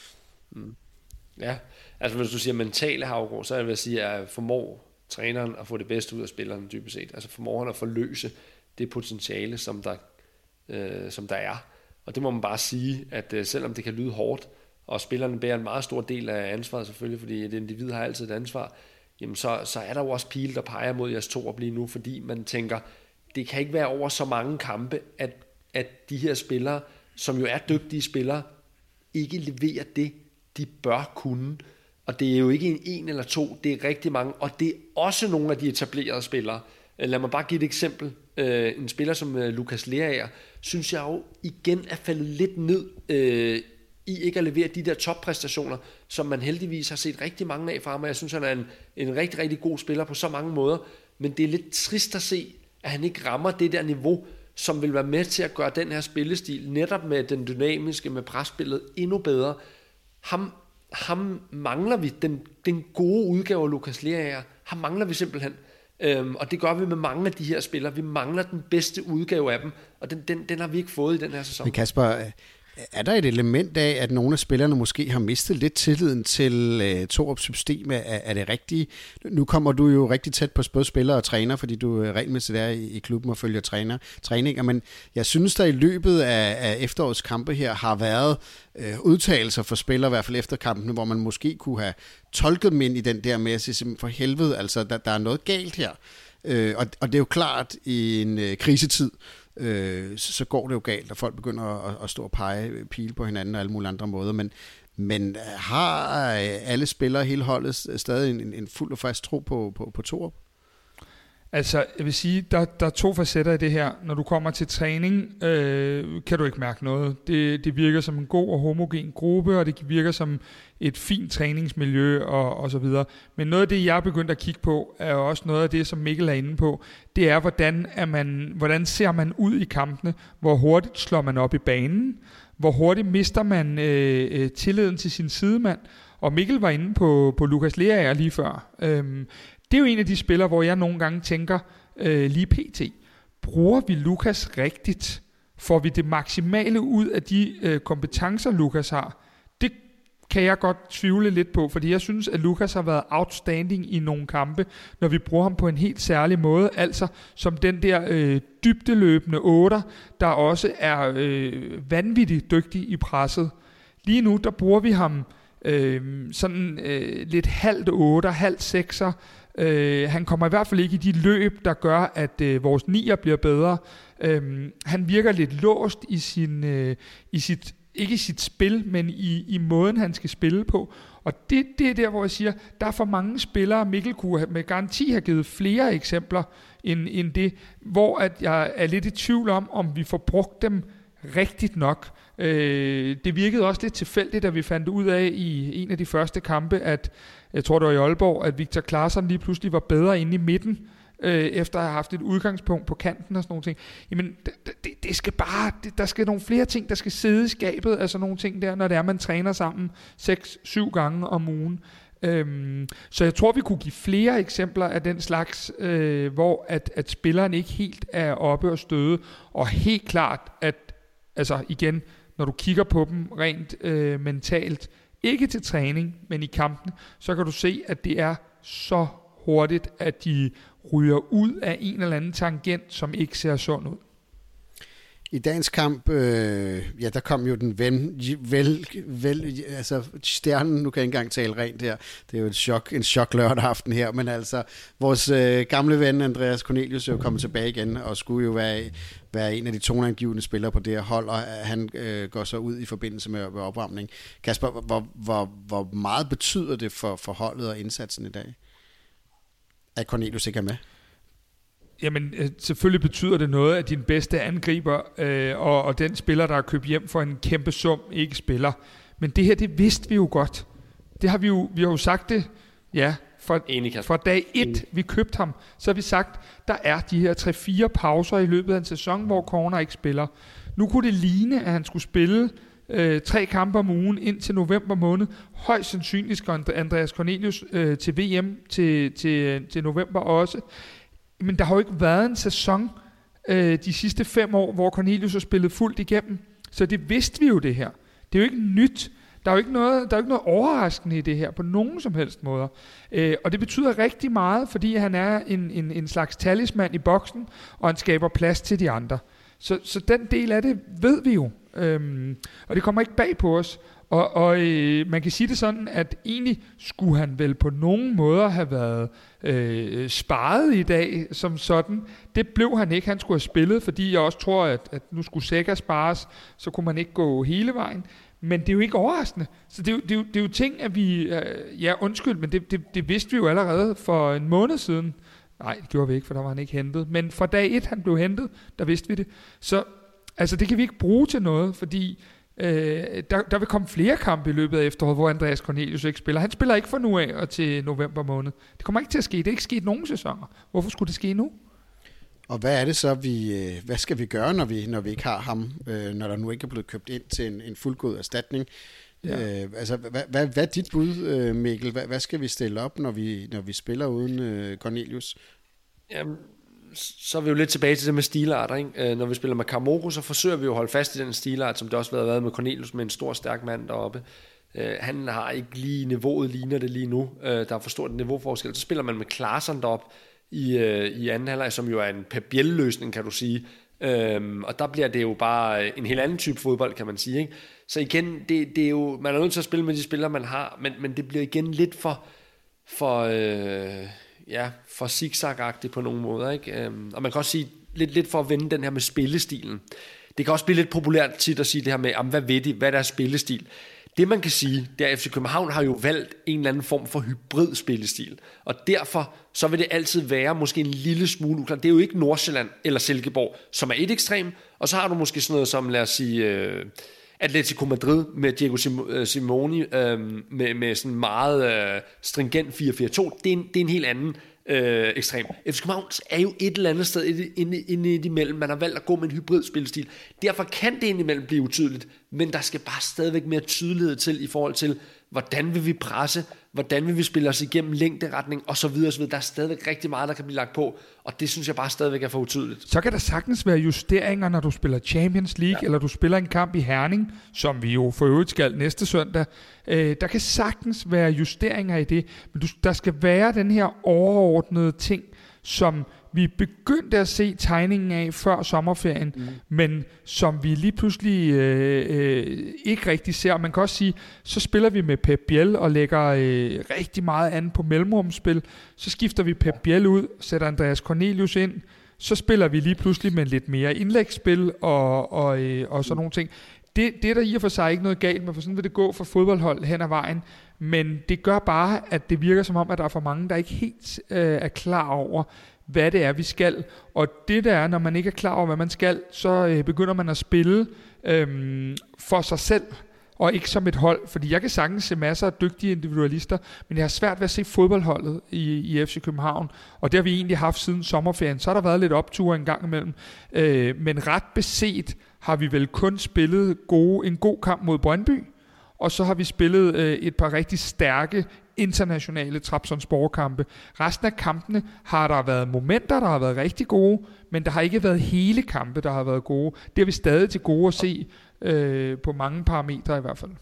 Ja, altså hvis du siger mentale Haugaard, så vil jeg sige, at formår træneren at få det bedste ud af spilleren dybest set. Altså formår han at forløse det potentiale, som der er. Og det må man bare sige, at selvom det kan lyde hårdt, og spillerne bærer en meget stor del af ansvaret selvfølgelig, fordi et individ har altid et ansvar, jamen så er der jo også pile, der peger mod jeres 2 lige nu, fordi man tænker, det kan ikke være over så mange kampe, at de her spillere, som jo er dygtige spillere, ikke leverer det, de bør kunne. Og det er jo ikke en eller 2, det er rigtig mange, og det er også nogle af de etablerede spillere. Lad mig bare give et eksempel. En spiller som Lukas Lerager, synes jeg jo igen er faldet lidt ned i ikke at levere de der toppræstationer, som man heldigvis har set rigtig mange af fra ham, og jeg synes, han er en rigtig, rigtig god spiller på så mange måder, men det er lidt trist at se, at han ikke rammer det der niveau, som vil være med til at gøre den her spillestil, netop med den dynamiske, med presspillet, endnu bedre. Ham mangler vi, den gode udgave af Lukas Lerager, ham mangler vi simpelthen. Og det gør vi med mange af de her spillere. Vi mangler den bedste udgave af dem, og den har vi ikke fået i den her sæson. Men Kasper, er der et element af, at nogle af spillerne måske har mistet lidt tilliden til Thorups system? Er det rigtigt? Nu kommer du jo rigtig tæt på både spillere og træner, fordi du regelmæssigt er i klubben og følger træninger, men jeg synes, der i løbet af efterårets kampe her har været udtalelser for spillere, i hvert fald efter kampene, hvor man måske kunne have tolket dem ind i den der med at sige, for helvede, altså der er noget galt her. Og det er jo klart i en krisetid, så går det jo galt, og folk begynder at stå og pile på hinanden og alle mulige andre måder, men har alle spillere, hele holdet, stadig en fuld og fast tro på Thorup? Altså, jeg vil sige, der er 2 facetter i det her. Når du kommer til træning, kan du ikke mærke noget. Det virker som en god og homogen gruppe, og det virker som et fint træningsmiljø og så videre. Men noget af det, jeg er begyndt at kigge på, er jo også noget af det, som Mikkel er inde på. Det er, hvordan ser man ud i kampene? Hvor hurtigt slår man op i banen? Hvor hurtigt mister man tilliden til sin sidemand? Og Mikkel var inde på Lukas Leaer lige før. Det er jo en af de spillere, hvor jeg nogle gange tænker, lige pt. Bruger vi Lukas rigtigt? Får vi det maksimale ud af de kompetencer, Lukas har? Det kan jeg godt tvivle lidt på, fordi jeg synes, at Lukas har været outstanding i nogle kampe, når vi bruger ham på en helt særlig måde, altså som den der dybdeløbende 8'er, der også er vanvittigt dygtig i presset. Lige nu, der bruger vi ham lidt halvt 8'er, halvt 6'er. Han kommer i hvert fald ikke i de løb, der gør, at vores 9'er bliver bedre. Han virker lidt låst i sit, ikke i sit spil, men i måden, han skal spille på. Og det er der, hvor jeg siger, der er for mange spillere. Mikkel kunne med garanti have givet flere eksempler end det, hvor at jeg er lidt i tvivl om vi får brugt dem rigtigt nok. Det virkede også lidt tilfældigt, da vi fandt ud af i en af de første kampe, at jeg tror det var i Aalborg, at Victor Claesson lige pludselig var bedre inde i midten, efter at have haft et udgangspunkt på kanten og sådan nogle ting. Jamen, det skal bare, der skal nogle flere ting, der skal sidde i skabet af sådan nogle ting der, når det er, man træner sammen 6-7 gange om ugen. Så jeg tror, vi kunne give flere eksempler af den slags, hvor at spilleren ikke helt er oppe og støde, og helt klart, at altså igen, når du kigger på dem rent mentalt, ikke til træning, men i kampen, så kan du se, at det er så hurtigt, at de ryger ud af en eller anden tangent, som ikke ser sund ud. I dagens kamp, der kom jo den altså stjernen, nu kan jeg ikke engang tale rent her, det er jo en chok lørdag aften her, men altså vores gamle ven Andreas Cornelius er jo kommet tilbage igen, og skulle jo være en af de toneangivende spillere på det her hold, og han går så ud i forbindelse med opvarmning. Kasper, hvor meget betyder det for holdet og indsatsen i dag, at Cornelius ikke er med? Jamen, selvfølgelig betyder det noget, at din bedste angriber og den spiller, der er købt hjem for en kæmpe sum, ikke spiller. Men det her, det vidste vi jo godt. Det har vi har jo sagt det, ja, fra dag 1, vi købte ham. Så har vi sagt, der er de her 3-4 pauser i løbet af en sæson, hvor Corner ikke spiller. Nu kunne det ligne, at han skulle spille 3 kampe om ugen ind til november måned. Højst sandsynligt skal Andreas Cornelius til VM til november også. Men der har jo ikke været en sæson de sidste 5 år, hvor Cornelius har spillet fuldt igennem. Så det vidste vi jo det her. Det er jo ikke nyt. Der er jo ikke noget overraskende i det her på nogen som helst måder. Og det betyder rigtig meget, fordi han er en slags talisman i boksen, og han skaber plads til de andre. Så den del af det ved vi jo. Og det kommer ikke bag på os. Og man kan sige det sådan, at egentlig skulle han vel på nogen måder have været sparet i dag som sådan. Det blev han ikke. Han skulle have spillet, fordi jeg også tror, at nu skulle Sækker spares, så kunne man ikke gå hele vejen. Men det er jo ikke overraskende. Så det er jo ting, at vi... men det vidste vi jo allerede for en måned siden. Nej, det gjorde vi ikke, for der var han ikke hentet. Men fra dag 1, han blev hentet, der vidste vi det. Så altså, det kan vi ikke bruge til noget, fordi der vil komme flere kampe i løbet af efteråret, hvor Andreas Cornelius ikke spiller. Han spiller ikke fra nu af og til november måned. Det kommer ikke til at ske. Det er ikke sket nogen sæsoner. Hvorfor skulle det ske nu? Og hvad er det så, hvad skal vi gøre, når vi ikke har ham, når der nu ikke er blevet købt ind til en fuldgod erstatning? Ja. Altså, hvad er dit bud, Mikkel? Hvad skal vi stille op, når vi spiller uden Cornelius? Jamen, så er vi jo lidt tilbage til det med stilarter, ikke? Når vi spiller med Kamoro, så forsøger vi jo at holde fast i den stilart, som det også har været med Cornelius, med en stor, stærk mand deroppe. Han har ikke lige niveauet, ligner det lige nu. Der er for stort niveauforskel. Så spiller man med Claesson deroppe i anden halvleg, som jo er en Pep Biel-løsning, kan du sige. Og der bliver det jo bare en helt anden type fodbold, kan man sige, ikke? Så igen, det er jo, man er nødt til at spille med de spillere, man har, men det bliver igen lidt for zigzag-agtigt på nogle måder, ikke? Og man kan også sige, lidt for at vende den her med spillestilen. Det kan også blive lidt populært tit at sige det her med, hvad ved de, hvad er deres spillestil? Det man kan sige, det er, at FC København har jo valgt en eller anden form for hybrid spillestil, og derfor så vil det altid være måske en lille smule uklart. Det er jo ikke Nordsjælland eller Silkeborg, som er et ekstrem, og så har du måske sådan noget som, lad os sige, Atletico Madrid med Diego Simeone med sådan meget stringent 4-4-2. Det er en helt anden ekstrem. FC København er jo et eller andet sted inde imellem. Man har valgt at gå med en hybrid spilstil. Derfor kan det indimellem blive utydeligt, men der skal bare stadigvæk mere tydelighed til i forhold til, hvordan vil vi presse, hvordan vil vi spille os igennem længderetning og så videre. Der er stadigvæk rigtig meget, der kan blive lagt på, og det synes jeg bare stadigvæk er for utydeligt. Så kan der sagtens være justeringer, når du spiller Champions League, eller du spiller en kamp i Herning, som vi jo for øvrigt skal næste søndag. Der kan sagtens være justeringer i det, men der skal være den her overordnede ting, som vi begyndte at se tegningen af før sommerferien, men som vi lige pludselig ikke rigtig ser. Man kan også sige, så spiller vi med Pep Biel og lægger rigtig meget an på mellemrumspil. Så skifter vi Pep Biel ud, sætter Andreas Cornelius ind, så spiller vi lige pludselig med lidt mere indlægsspil og sådan nogle ting. Det er der i og for sig ikke noget galt med, for sådan vil det gå for fodboldhold hen ad vejen, men det gør bare, at det virker som om, at der er for mange, der ikke helt er klar over, hvad det er, vi skal. Og det der er, når man ikke er klar over, hvad man skal, så begynder man at spille for sig selv, og ikke som et hold. Fordi jeg kan sagtens se masser af dygtige individualister, men jeg har svært ved at se fodboldholdet i FC København. Og det har vi egentlig haft siden sommerferien. Så har der været lidt opture en gang imellem. Men ret beset har vi vel kun spillet en god kamp mod Brøndby, og så har vi spillet et par rigtig stærke internationale Trabzonspor-kampe. Resten af kampene har der været momenter, der har været rigtig gode, men der har ikke været hele kampe, der har været gode. Det er vi stadig til gode at se på mange parametre i hvert fald.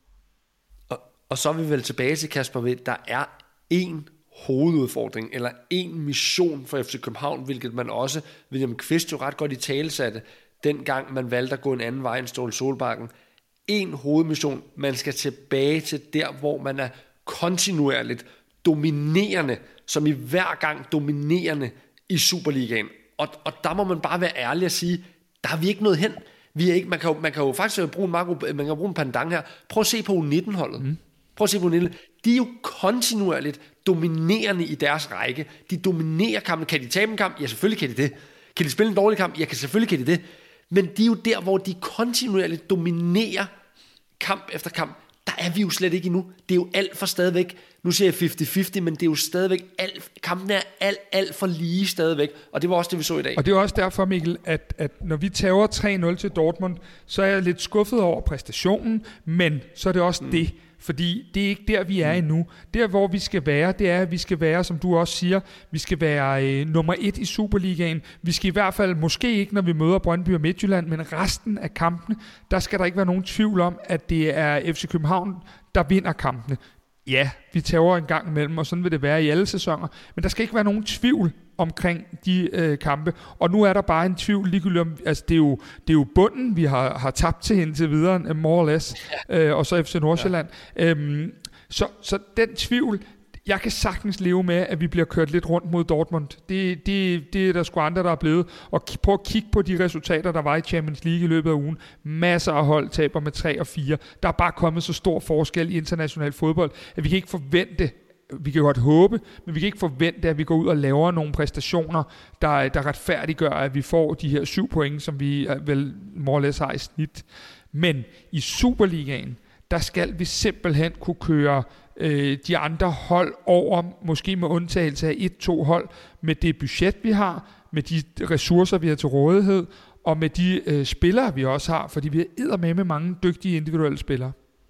Og så er vi vel tilbage til Kasper ved, der er en hovedudfordring, eller en mission for FC København, hvilket man også, William Kvist jo ret godt i tale satte, dengang man valgte at gå en anden vej end Ståle Solbakken. En hovedmission, man skal tilbage til der, hvor man er kontinuerligt dominerende, som i hver gang dominerende i Superligaen. Og der må man bare være ærlig og sige, der er vi ikke nået hen. Vi er ikke, man kan jo faktisk bruge en pandang her. Prøv at se på U19-holdet. Prøv at se på U19. De er jo kontinuerligt dominerende i deres række. De dominerer kampen. Kan de tabe en kamp? Ja, selvfølgelig kan de det. Kan de spille en dårlig kamp? Ja, selvfølgelig kan de det. Men de er jo der, hvor de kontinuerligt dominerer kamp efter kamp. Der er vi jo slet ikke endnu. Det er jo alt for stadigvæk. Nu siger jeg 50-50, men det er jo stadigvæk kampen er alt for lige stadigvæk. Og det var også det, vi så i dag. Og det er også derfor, Mikkel, at når vi tager 3-0 til Dortmund, så er jeg lidt skuffet over præstationen, men så er det også det. Fordi det er ikke der, vi er endnu. Der, hvor vi skal være, det er, at vi skal være, som du også siger, vi skal være nummer 1 i Superligaen. Vi skal i hvert fald, måske ikke, når vi møder Brøndby og Midtjylland, men resten af kampene, der skal der ikke være nogen tvivl om, at det er FC København, der vinder kampene. Ja, vi tager en gang imellem, og sådan vil det være i alle sæsoner. Men der skal ikke være nogen tvivl omkring de kampe. Og nu er der bare en tvivl ligegyldigt om, altså det er jo bunden, vi har tabt til indtil videre, more or less, og så FC Nordsjælland. Ja. Så den tvivl, jeg kan sagtens leve med, at vi bliver kørt lidt rundt mod Dortmund. Det er der sgu andre, der er blevet. Og prøv at kigge på de resultater, der var i Champions League i løbet af ugen. Masser af hold taber med 3 og 4. Der er bare kommet så stor forskel i international fodbold, at vi kan ikke forvente, vi kan godt håbe, men vi kan ikke forvente, at vi går ud og laver nogle præstationer, der retfærdiggør, at vi får de her 7 point, som vi vel more or less har i snit. Men i Superligaen, der skal vi simpelthen kunne køre de andre hold over, måske med undtagelse af 1-2 hold, med det budget, vi har, med de ressourcer, vi har til rådighed, og med de spillere, vi også har, fordi vi er eddermame med mange dygtige individuelle spillere.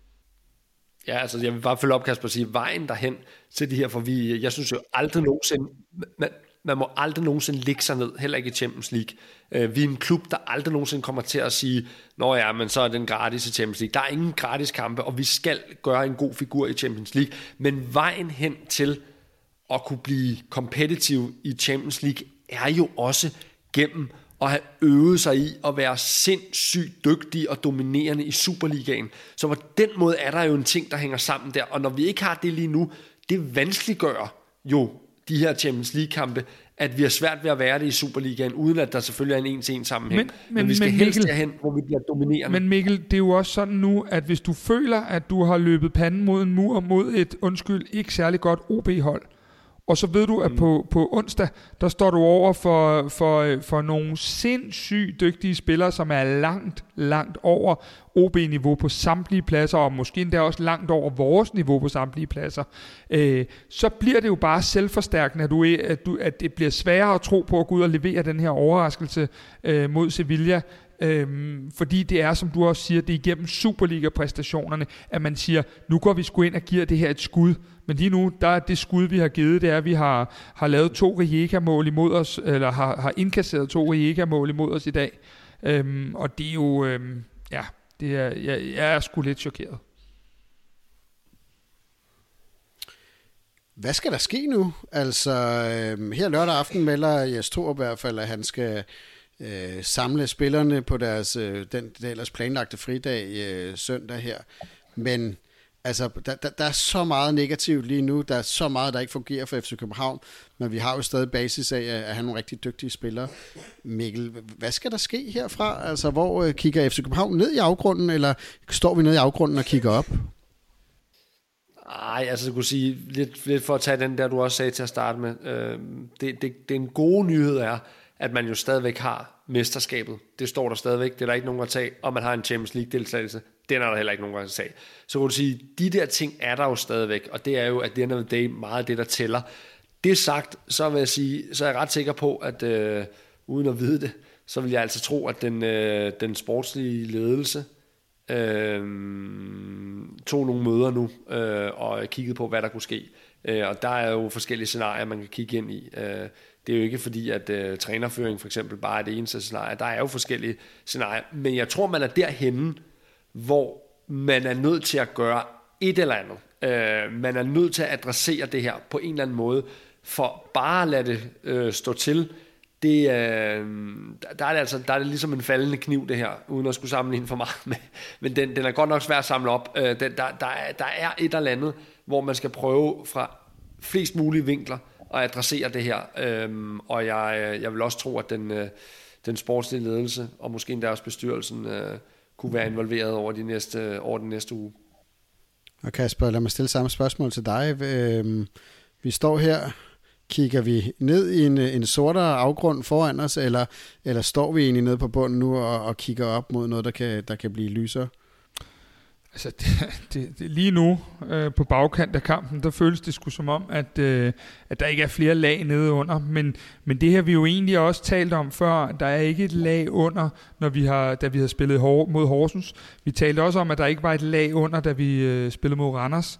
Ja, altså jeg vil bare følge op, Kasper, og sige, vejen derhen til det her, for jeg synes jo aldrig nogensinde, man må aldrig nogensinde ligge sig ned, heller ikke i Champions League. Vi er en klub, der aldrig nogensinde kommer til at sige, nå ja, men så er den gratis i Champions League. Der er ingen gratis kampe, og vi skal gøre en god figur i Champions League. Men vejen hen til at kunne blive kompetitiv i Champions League, er jo også gennem at have øvet sig i at være sindssygt dygtig og dominerende i Superligaen. Så på den måde er der jo en ting, der hænger sammen der. Og når vi ikke har det lige nu, det vanskeliggør jo de her Champions League-kampe, at vi har svært ved at være det i Superligaen, uden at der selvfølgelig er en en-til-en sammenhæng. Men vi skal helst derhen, hvor vi bliver dominerende. Men Mikkel, det er jo også sådan nu, at hvis du føler, at du har løbet panden mod en mur, mod et, ikke særlig godt OB-hold, og så ved du, at på onsdag, der står du over for nogle sindssygt dygtige spillere, som er langt over OB-niveau på samtlige pladser, og måske endda også langt over vores niveau på samtlige pladser. Så bliver det jo bare selvforstærkende, at det bliver sværere at tro på at gå ud og levere den her overraskelse mod Sevilla. Fordi det er, som du også siger, det er igennem Superliga-præstationerne, at man siger, nu går vi sgu ind og giver det her et skud. Men lige nu, der er det skud, vi har givet, det er, at vi har lavet 2 Rijeka-mål imod os, eller har indkasseret 2 Rijeka-mål imod os i dag. Og det er jo, jeg er sgu lidt chokeret. Hvad skal der ske nu? Altså, her lørdag aften melder Jes Torup i hvert fald, at han skal samle spillerne på deres den ellers planlagte fridag søndag her. Men altså, der er så meget negativt lige nu. Der er så meget, der ikke fungerer for FC København. Men vi har jo stadig basis af at have nogle rigtig dygtige spillere. Mikkel, hvad skal der ske herfra? Altså, hvor kigger FC København ned i afgrunden, eller står vi ned i afgrunden og kigger op? Nej, altså jeg kunne sige, lidt for at tage den der, du også sagde til at starte med. Den gode nyhed er, at man jo stadigvæk har mesterskabet. Det står der stadigvæk. Det er der ikke nogen at tage. Og man har en Champions League-deltagelse. Den er der heller ikke nogen at tage. Så kan du sige, de der ting er der jo stadigvæk. Og det er jo, at the end of the day, meget af det, der tæller. Det sagt, så vil jeg sige, så er jeg ret sikker på, at uden at vide det, så vil jeg altså tro, at den sportslige ledelse tog nogle møder nu og kiggede på, hvad der kunne ske. Og der er jo forskellige scenarier, man kan kigge ind i. Det er jo ikke fordi, at trænerføring for eksempel bare er det eneste scenarie. Der er jo forskellige scenarier. Men jeg tror, man er derhenne, hvor man er nødt til at gøre et eller andet. Man er nødt til at adressere det her på en eller anden måde. For bare at lade det stå til, der er det ligesom en faldende kniv, det her, uden at skulle sammenligne for meget med. Men den er godt nok svær at samle op. Der er et eller andet, hvor man skal prøve fra flest mulige vinkler at adressere det her. Og jeg vil også tro, at den sportslige ledelse, og måske endda også bestyrelsen, kunne være involveret over den næste uge. Og Kasper, lad mig stille samme spørgsmål til dig. Vi står her. Kigger vi ned i en sortere afgrund foran os, eller står vi egentlig nede på bunden nu og kigger op mod noget, der kan blive lysere? Altså, lige nu på bagkant af kampen, der føles det sgu som om, at der ikke er flere lag nede under. Men det her vi jo egentlig også talt om før, der er ikke et lag under, da vi har spillet mod Horsens. Vi talte også om, at der ikke var et lag under, da vi spillede mod Randers.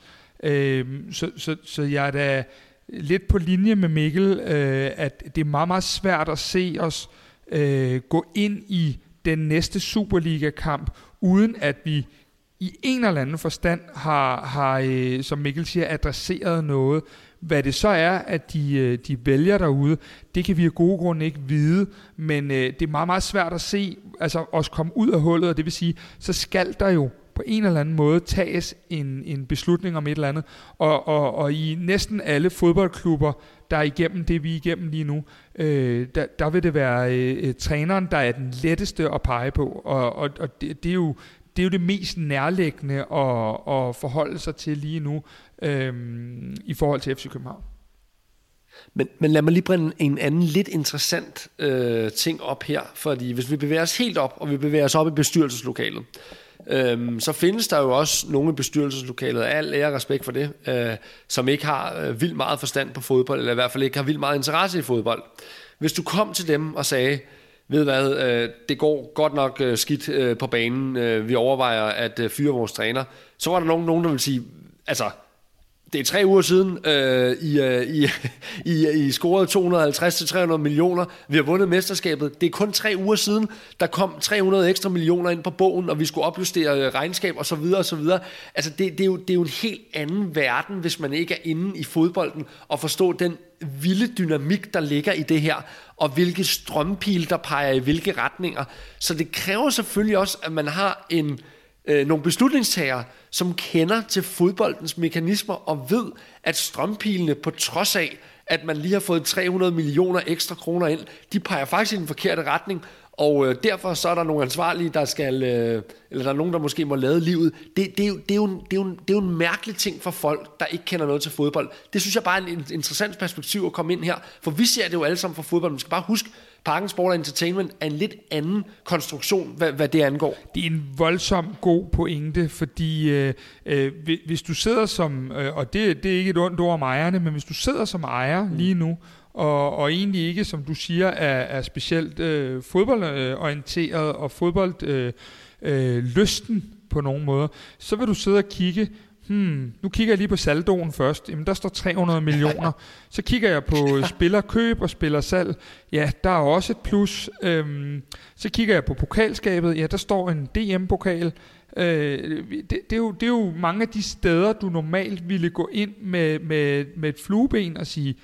Så jeg er da lidt på linje med Mikkel, at det er meget, meget svært at se os gå ind i den næste Superliga-kamp, uden at vi i en eller anden forstand har som Mikkel siger, adresseret noget. Hvad det så er, at de vælger derude, det kan vi af gode grunde ikke vide, men det er meget, meget svært at se, altså os komme ud af hullet, og det vil sige, så skal der jo på en eller anden måde tages en beslutning om et eller andet, og i næsten alle fodboldklubber, der er igennem det, vi er igennem lige nu, der vil det være træneren, der er den letteste at pege på, og det er jo det mest nærliggende at forholde sig til lige nu i forhold til FC København. Men lad mig lige brænde en anden lidt interessant ting op her, fordi hvis vi bevæger os helt op, og vi bevæger os op i bestyrelseslokalet, så findes der jo også nogle i bestyrelseslokalet, al ære og respekt for det, som ikke har vildt meget forstand på fodbold, eller i hvert fald ikke har vildt meget interesse i fodbold. Hvis du kom til dem og sagde, ved hvad, det går godt nok skidt på banen, vi overvejer at fyre vores træner, så var der nogen der ville sige, altså, det er 3 uger siden, I scorede 250-300 millioner. Vi har vundet mesterskabet. Det er kun 3 uger siden, der kom 300 ekstra millioner ind på bogen, og vi skulle opjustere regnskab og så videre og så videre. Altså det er jo en helt anden verden, hvis man ikke er inde i fodbolden og forstå den vilde dynamik, der ligger i det her, og hvilke strømpile, der peger i hvilke retninger. Så det kræver selvfølgelig også, at man har nogle beslutningstagere, som kender til fodboldens mekanismer og ved, at strømpilene, på trods af, at man lige har fået 300 millioner ekstra kroner ind, de peger faktisk i den forkerte retning, og derfor så er der nogle ansvarlige, der skal, eller der er nogen, der måske må lade livet. Det er jo en mærkelig ting for folk, der ikke kender noget til fodbold. Det synes jeg bare er et interessant perspektiv at komme ind her, for vi ser det jo alle sammen for fodbold. Man skal bare huske, Parken Sport & Entertainment er en lidt anden konstruktion, hvad det angår. Det er en voldsomt god pointe, fordi hvis du sidder som, og det er ikke et ondt ord om ejerne, men hvis du sidder som ejer lige nu, og egentlig ikke, som du siger, er specielt fodboldorienteret og fodboldlysten på nogen måder, så vil du sidde og kigge, nu kigger jeg lige på saldoen først. Jamen, der står 300 millioner. Så kigger jeg på spillerkøb og spillersalg. Ja, der er også et plus. Så kigger jeg på pokalskabet. Ja, der står en DM-pokal. Det er jo mange af de steder, du normalt ville gå ind med et flueben og sige,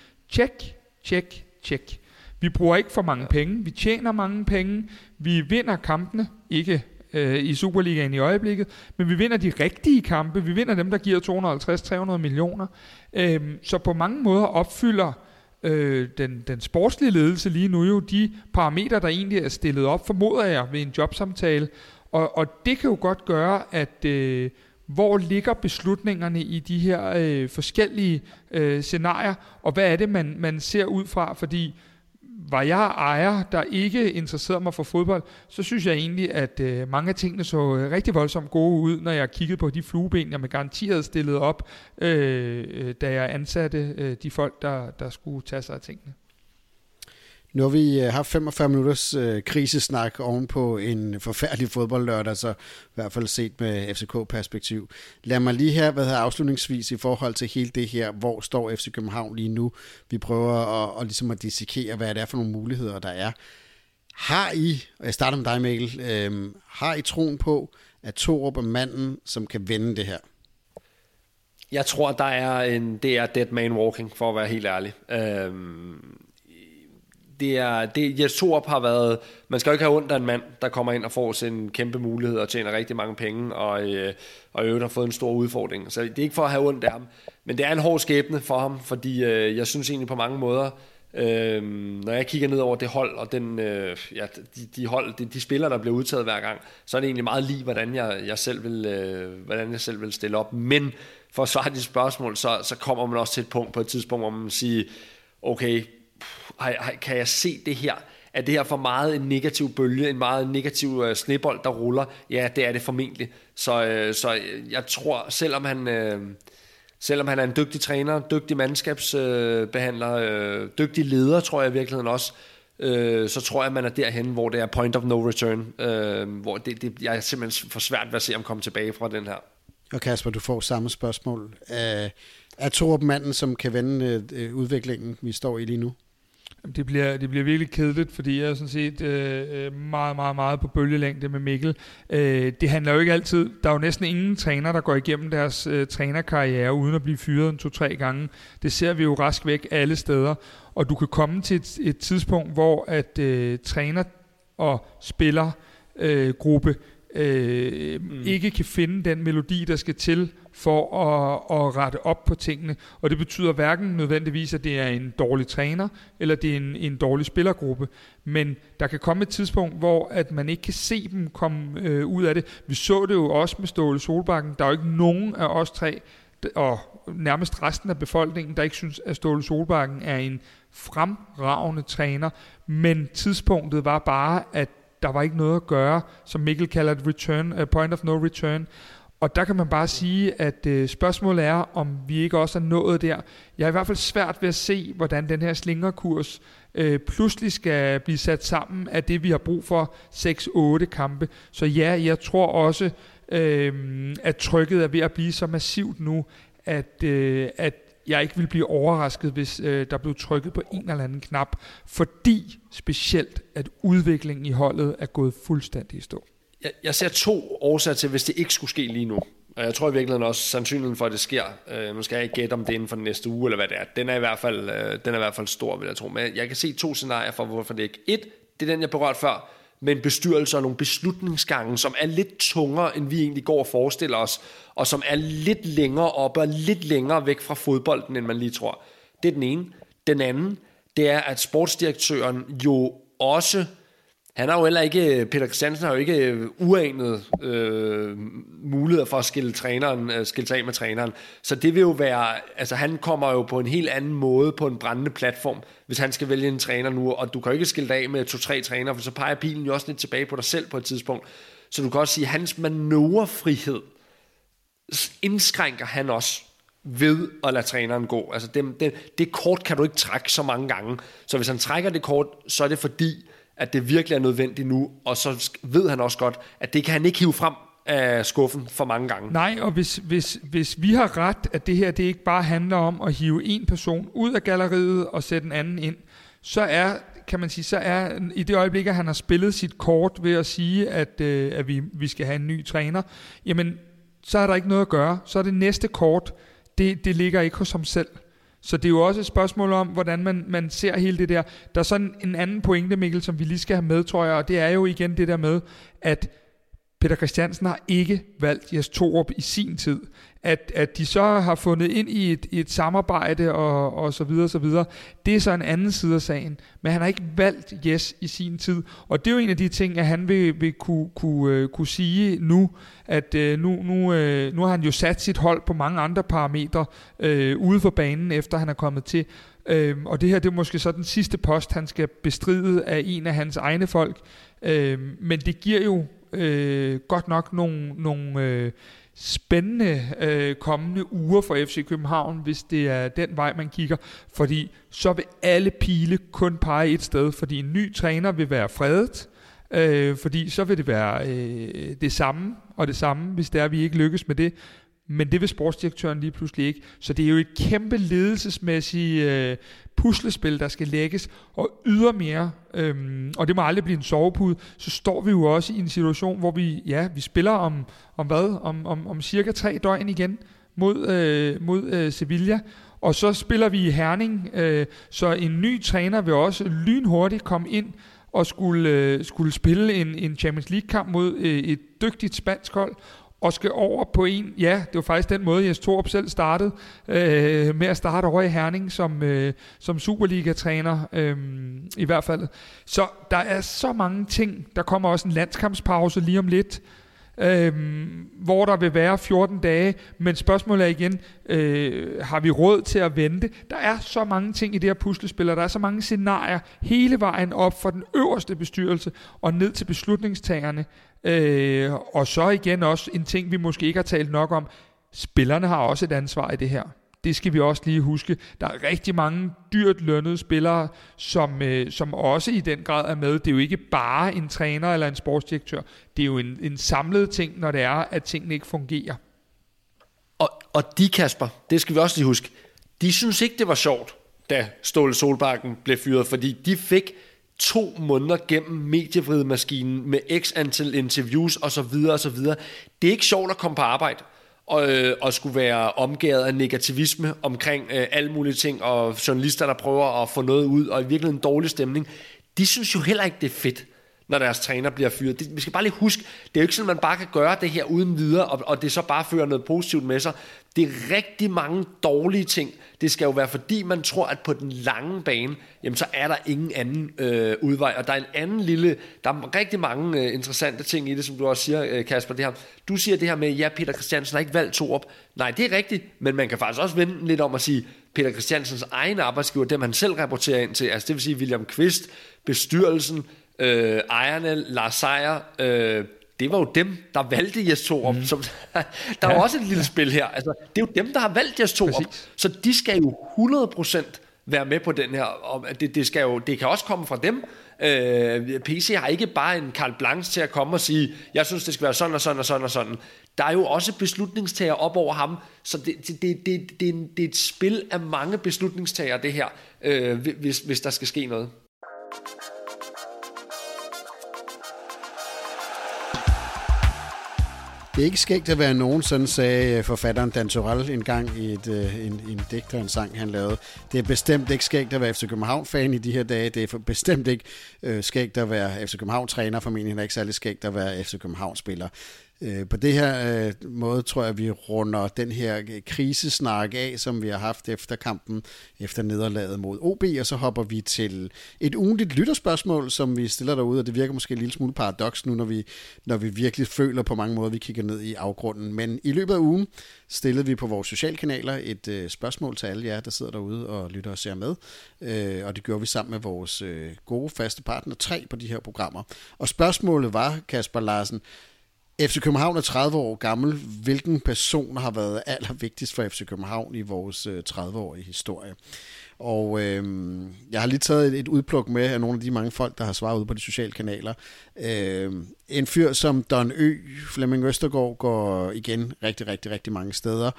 tjek. Vi bruger ikke for mange penge. Vi tjener mange penge. Vi vinder kampene. Ikke i Superligaen i øjeblikket, men vi vinder de rigtige kampe, vi vinder dem, der giver 250-300 millioner, så på mange måder opfylder den sportslige ledelse lige nu jo de parametre, der egentlig er stillet op, formoder jeg, ved en jobsamtale, og det kan jo godt gøre, at hvor ligger beslutningerne i de her forskellige scenarier, og hvad er det, man ser ud fra, fordi var jeg ejer, der ikke interesserede mig for fodbold, så synes jeg egentlig, at mange af tingene så rigtig voldsomt gode ud, når jeg kiggede på de flueben, jeg med garanti havde stillet op, da jeg ansatte de folk, der skulle tage sig af tingene. Nu har vi haft 45 minutters krisesnak oven på en forfærdelig fodboldlørdag, så i hvert fald set med FCK-perspektiv. Lad mig lige her afslutningsvis i forhold til hele det her, hvor står FC København lige nu. Vi prøver at ligesom at dissekere, hvad det er for nogle muligheder, der er. Har I, og jeg starter med dig, Mikkel, har I troen på, at Thorup er manden, som kan vende det her? Jeg tror, det er dead man walking, for at være helt ærlig. Jes Thorup har været, man skal jo ikke have ondt af en mand, der kommer ind og får sin kæmpe mulighed og tjener rigtig mange penge, og øvrigt har fået en stor udfordring. Så det er ikke for at have ondt af ham, men det er en hård skæbne for ham, fordi jeg synes egentlig på mange måder, når jeg kigger ned over det hold, og de spillere, der bliver udtaget hver gang, så er det egentlig meget lige, hvordan jeg selv vil stille op. Men for at svare de spørgsmål, så kommer man også til et punkt på et tidspunkt, hvor man siger, okay, kan jeg se det her? Er det her for meget en negativ bølge, en meget negativ snebold, der ruller? Ja, det er det formentlig. Så jeg tror, selvom han er en dygtig træner, dygtig mandskabsbehandler, dygtig leder, tror jeg i virkeligheden også, så tror jeg, man er derhen, hvor det er point of no return, hvor jeg er simpelthen for svært ved at se ham komme tilbage fra den her. Og Kasper, du får samme spørgsmål. Er Thorup manden, som kan vende udviklingen, vi står i lige nu? Det bliver virkelig kedeligt, fordi jeg er sådan set meget, meget, meget på bølgelængde med Mikkel. Det handler jo ikke altid. Der er jo næsten ingen træner, der går igennem deres trænerkarriere uden at blive fyret 2-3 gange. Det ser vi jo rask væk alle steder. Og du kan komme til et tidspunkt, hvor at træner og spillergruppe ikke kan finde den melodi, der skal til for at rette op på tingene. Og det betyder hverken nødvendigvis, at det er en dårlig træner, eller det er en dårlig spillergruppe. Men der kan komme et tidspunkt, hvor at man ikke kan se dem komme ud af det. Vi så det jo også med Ståle Solbakken. Der er jo ikke nogen af os tre, og nærmest resten af befolkningen, der ikke synes, at Ståle Solbakken er en fremragende træner. Men tidspunktet var bare, at der var ikke noget at gøre, som Mikkel kalder et point of no return. Og der kan man bare sige, at spørgsmålet er, om vi ikke også er nået der. Jeg er i hvert fald svært ved at se, hvordan den her slingerkurs pludselig skal blive sat sammen af det, vi har brug for 6-8 kampe. Så ja, jeg tror også, at trykket er ved at blive så massivt nu, at jeg ikke vil blive overrasket, hvis der blev trykket på en eller anden knap, fordi specielt, at udviklingen i holdet er gået fuldstændig i stå. Jeg ser 2 årsager til, hvis det ikke skulle ske lige nu. Og jeg tror i virkeligheden også, sandsynligheden for, at det sker, nu skal jeg ikke gætte om det inden for den næste uge, eller hvad det er, den er i hvert fald stor, vil jeg tro. Men jeg kan se 2 scenarier for, hvorfor det ikke. 1, det er den, jeg berørte før. med en bestyrelse og nogle beslutningsgange, som er lidt tungere, end vi egentlig går og forestiller os, og som er lidt længere oppe og lidt længere væk fra fodbolden, end man lige tror. Det er den ene. Den anden, det er, at sportsdirektøren jo også, han har jo heller ikke, Peter Christiansen har jo ikke uanet muligheder for at skille sig af med træneren. Så det vil jo være, altså han kommer jo på en helt anden måde på en brændende platform, hvis han skal vælge en træner nu, og du kan jo ikke skille dig af med 2-3 trænere, for så peger pilen jo også lidt tilbage på dig selv på et tidspunkt. Så du kan også sige, at hans manøvrefrihed indskrænker han også ved at lade træneren gå. Altså det kort kan du ikke trække så mange gange. Så hvis han trækker det kort, så er det fordi, at det virkelig er nødvendigt nu, og så ved han også godt, at det kan han ikke hive frem af skuffen for mange gange. Nej, og hvis vi har ret, at det her det ikke bare handler om at hive en person ud af galleriet og sætte en anden ind, så er, kan man sige, så er i det øjeblik, at han har spillet sit kort ved at sige, at vi skal have en ny træner, jamen så er der ikke noget at gøre. Så er det næste kort, det ligger ikke hos ham selv. Så det er jo også et spørgsmål om, hvordan man ser hele det der. Der er sådan en anden pointe, Mikkel, som vi lige skal have med, tror jeg, og det er jo igen det der med, at Peter Christiansen har ikke valgt Jes Torup i sin tid. At de så har fundet ind i et samarbejde og så videre, det er så en anden side af sagen. Men han har ikke valgt Jes i sin tid. Og det er jo en af de ting, at han vil kunne sige nu, at nu har han jo sat sit hold på mange andre parametre ude for banen, efter han er kommet til. Og det her, det er måske så den sidste post, han skal bestride af en af hans egne folk. Men det giver jo godt nok nogle spændende kommende uger for FC København, hvis det er den vej, man kigger. Fordi så vil alle pile kun pege et sted, fordi en ny træner vil være fredet. Fordi så vil det være det samme, hvis det er, vi ikke lykkes med det. Men det vil sportsdirektøren lige pludselig ikke. Så det er jo et kæmpe ledelsesmæssigt puslespil, der skal lægges. Og ydermere, og det må aldrig blive en sovepude, så står vi jo også i en situation, hvor vi spiller om cirka 3 døgn igen mod Sevilla. Og så spiller vi i Herning, så en ny træner vil også lynhurtigt komme ind og skulle spille en Champions League-kamp mod et dygtigt spansk hold, og skal over på det var faktisk den måde, Jes Torup selv startede, med at starte over i Herning som Superliga-træner, i hvert fald. Så der er så mange ting. Der kommer også en landskampspause lige om lidt, hvor der vil være 14 dage, men spørgsmålet er igen, har vi råd til at vente? Der er så mange ting i det her puslespil, og der er så mange scenarier hele vejen op fra den øverste bestyrelse og ned til beslutningstagerne. Og så igen også en ting, vi måske ikke har talt nok om. Spillerne har også et ansvar i det her. Det skal vi også lige huske. Der er rigtig mange dyrt lønnede spillere, som også i den grad er med. Det er jo ikke bare en træner eller en sportsdirektør. Det er jo en samlet ting, når det er, at tingene ikke fungerer. Og de, Kasper, det skal vi også lige huske, de synes ikke, det var sjovt, da Ståle Solbakken blev fyret, fordi de fik 2 måneder gennem medievridemaskinen med x antal interviews osv. Det er ikke sjovt at komme på arbejde og skulle være omgået af negativisme omkring alle mulige ting, og journalister, der prøver at få noget ud, og i virkeligheden en dårlig stemning. De synes jo heller ikke, det er fedt, når deres træner bliver fyret. Vi skal bare lige huske, det er jo ikke sådan, at man bare kan gøre det her uden videre, og det så bare fører noget positivt med sig. Det er rigtig mange dårlige ting. Det skal jo være, fordi man tror, at på den lange bane, jamen så er der ingen anden udvej. Og der er en anden der er rigtig mange interessante ting i det, som du også siger, Kasper. Det her. Du siger det her med, Peter Christiansen har ikke valgt Torup. Nej, det er rigtigt, men man kan faktisk også vende lidt om at sige, Peter Christiansens egen arbejdsgiver, dem han selv rapporterer ind til, altså det vil sige William Kvist, bestyrelsen, ejerne, Lars Seier, det var jo dem, der valgte Jes Torup. Der er også et lille spil her. Altså, det er jo dem, der har valgt Jes Torup. Så de skal jo 100% være med på den her. Og det kan også komme fra dem. PC har ikke bare en carte blanche til at komme og sige, jeg synes, det skal være sådan og sådan og sådan og sådan. Der er jo også beslutningstager op over ham. Så det er et spil af mange beslutningstager, det her, hvis der skal ske noget. Det er ikke skægt at være nogen, sådan sagde forfatteren Dan Turell en gang i en digter, en sang, han lavede. Det er bestemt ikke skægt at være FC København-fan i de her dage. Det er bestemt ikke skægt at være FC København-træner, formentlig er ikke særlig skægt at være FC København-spiller. På det her måde tror jeg, vi runder den her krisesnak af, som vi har haft efter kampen, efter nederlaget mod OB, og så hopper vi til et ugentligt lytterspørgsmål, som vi stiller derude, og det virker måske en lille smule paradoks nu, når vi virkelig føler på mange måder, vi kigger ned i afgrunden. Men i løbet af ugen stillede vi på vores sociale kanaler et spørgsmål til alle jer, der sidder derude og lytter og ser med, og det gjorde vi sammen med vores gode faste partner, 3 på de her programmer. Og spørgsmålet var, Kasper Larsen, FC København er 30 år gammel. Hvilken person har været allervigtigst for FC København i vores 30-årige historie? Og jeg har lige taget et udpluk med af nogle af de mange folk, der har svaret ud på de sociale kanaler. En fyr som Don Ø, Flemming Østergaard, går igen rigtig mange steder.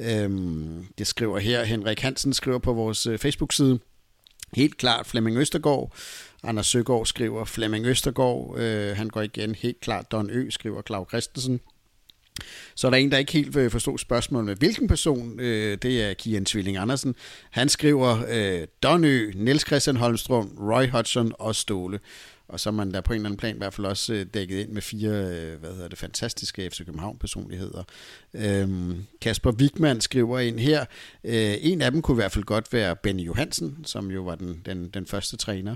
Det skriver her, Henrik Hansen skriver på vores Facebook-side. Helt klart Flemming Østergaard. Anders Søgaard skriver Flemming Østergaard. Han går igen helt klart Don Ø, skriver Claus Christensen. Så er der en, der ikke helt vil forstå spørgsmålet med hvilken person. Det er Kian Tvilling Andersen. Han skriver Don Ø, Niels Christian Holmstrøm, Roy Hodgson og Ståle. Og så er man der på en eller anden plan i hvert fald også dækket ind med 4 fantastiske FC København-personligheder. Kasper Wigman skriver ind her. En af dem kunne i hvert fald godt være Benny Johansen, som jo var den første træner.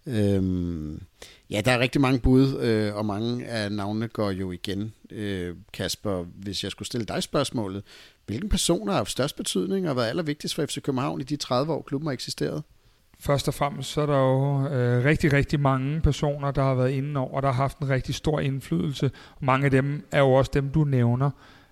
Ja, der er rigtig mange bud, og mange af navnene går jo igen. Kasper, hvis jeg skulle stille dig spørgsmålet, hvilken person har haft størst betydning og været allervigtigst for FC København i de 30 år, klubben har eksisteret? Først og fremmest så er der jo rigtig mange personer, der har været inde over, og der har haft en rigtig stor indflydelse. Og mange af dem er jo også dem, du nævner.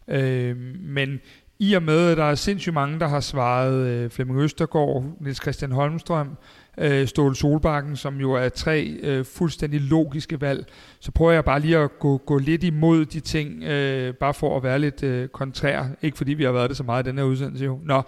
Men i og med, at der er sindssygt mange, der har svaret Flemming Østergaard, Niels Christian Holmstrøm, Ståle Solbakken, som jo er 3 fuldstændig logiske valg, så prøver jeg bare lige at gå lidt imod de ting, bare for at være lidt kontrær. Ikke fordi vi har været det så meget i den her udsendelse jo. Nå,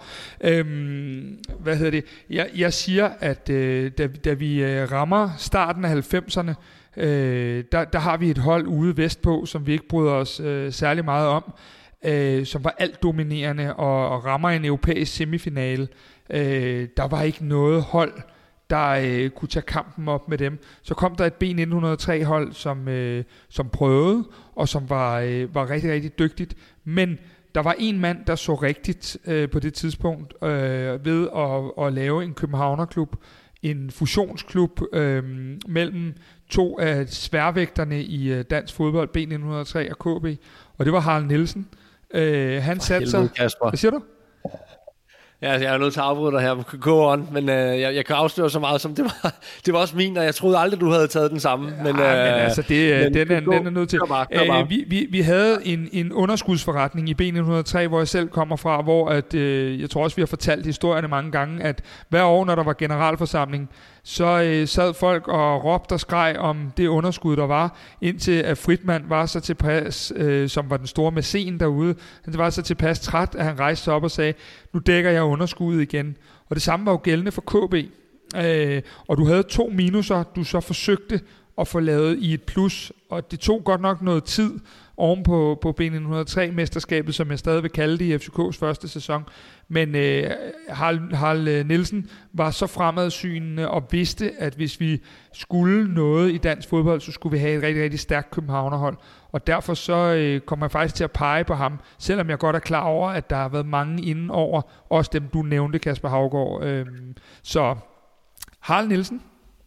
Jeg siger, at da vi rammer starten af 90'erne, der har vi et hold ude vestpå, som vi ikke bryder os særlig meget om, som var alt dominerende og rammer en europæisk semifinale. Der var ikke noget hold, der kunne tage kampen op med dem. Så kom der et B1903-hold, som prøvede, og som var rigtig dygtigt. Men der var en mand, der så rigtigt på det tidspunkt ved at lave en københavnerklub, en fusionsklub mellem 2 af sværvægterne i dansk fodbold, B1903 og KB, og det var Harald Nielsen. Han satte sig... Hvad siger du? Ja, jeg er nødt til at afbryde dig her. Go on, men jeg kan afsløre så meget som det var også min, og jeg troede aldrig, du havde taget den samme. Men altså, den er nødt til. Vi havde en underskudsforretning i B1903, hvor jeg selv kommer fra, hvor at, jeg tror også, vi har fortalt historierne mange gange, at hver år, når der var generalforsamling, så sad folk og råbte og skreg om det underskud, der var, indtil at Fritman var så tilpas, som var den store mæcen derude, han var så tilpas træt, at han rejste sig op og sagde, nu dækker jeg underskuddet igen. Og det samme var jo gældende for KB. Og du havde 2 minuser, du så forsøgte at få lavet i et plus, og det tog godt nok noget tid oven på B1903-mesterskabet, som jeg stadig vil kalde det i FCK's første sæson. Men Harald Nielsen var så fremadsynende og vidste, at hvis vi skulle noget i dansk fodbold, så skulle vi have et rigtig stærkt københavnerhold. Og derfor så kommer jeg faktisk til at pege på ham, selvom jeg godt er klar over, at der har været mange inden over, også dem du nævnte, Kasper Haugaard. Så Harald Nielsen.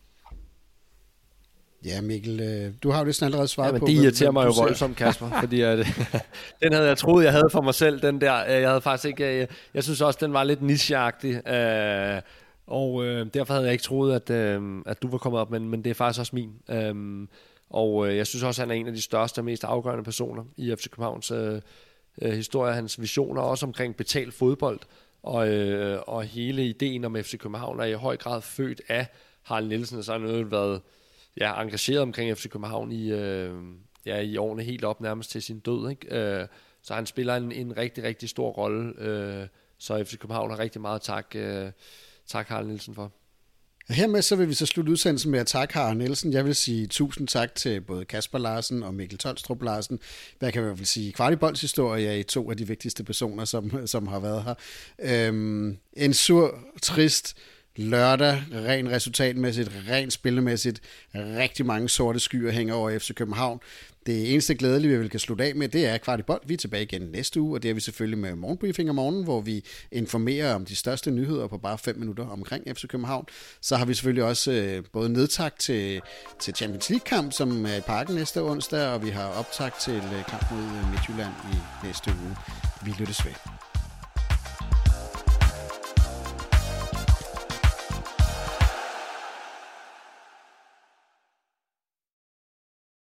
Ja, Mikkel, du har jo næsten allerede svaret på. Det irriterer mig jo voldsomt, Kasper, fordi den havde jeg troet, jeg havde for mig selv, den der. Jeg havde faktisk ikke, jeg synes også, den var lidt nicheagtig, og derfor havde jeg ikke troet, at du var kommet op, men det er faktisk også min. Og jeg synes også, at han er en af de største og mest afgørende personer i FC Københavns historie. Hans visioner også omkring betalt fodbold, og hele ideen om FC København er i høj grad født af Harald Nielsen, og så har han været engageret omkring FC København i årene helt op nærmest til sin død, ikke? Så han spiller en rigtig stor rolle, så FC København har rigtig meget tak Harald Nielsen for. Hermed så vil vi så slutte udsendelsen med at takke Harald Nielsen. Jeg vil sige tusind tak til både Kasper Larsen og Mikkel Tolstrup Larsen. Jeg kan i hvert fald sige Kvartibolds historie i 2 af de vigtigste personer, som har været her. En sur, trist lørdag, rent resultatmæssigt, rent spillemæssigt. Rigtig mange sorte skyer hænger over FC København. Det eneste glædelige, vi vil kan slutte af med, det er Kvartibold. Vi er tilbage igen næste uge, og det er vi selvfølgelig med morgenbriefing om morgenen, hvor vi informerer om de største nyheder på bare 5 minutter omkring FC København. Så har vi selvfølgelig også både nedtakt til Champions League-kamp, som er i Parken næste onsdag, og vi har optakt til kamp mod Midtjylland i næste uge. Vi lyttes ved.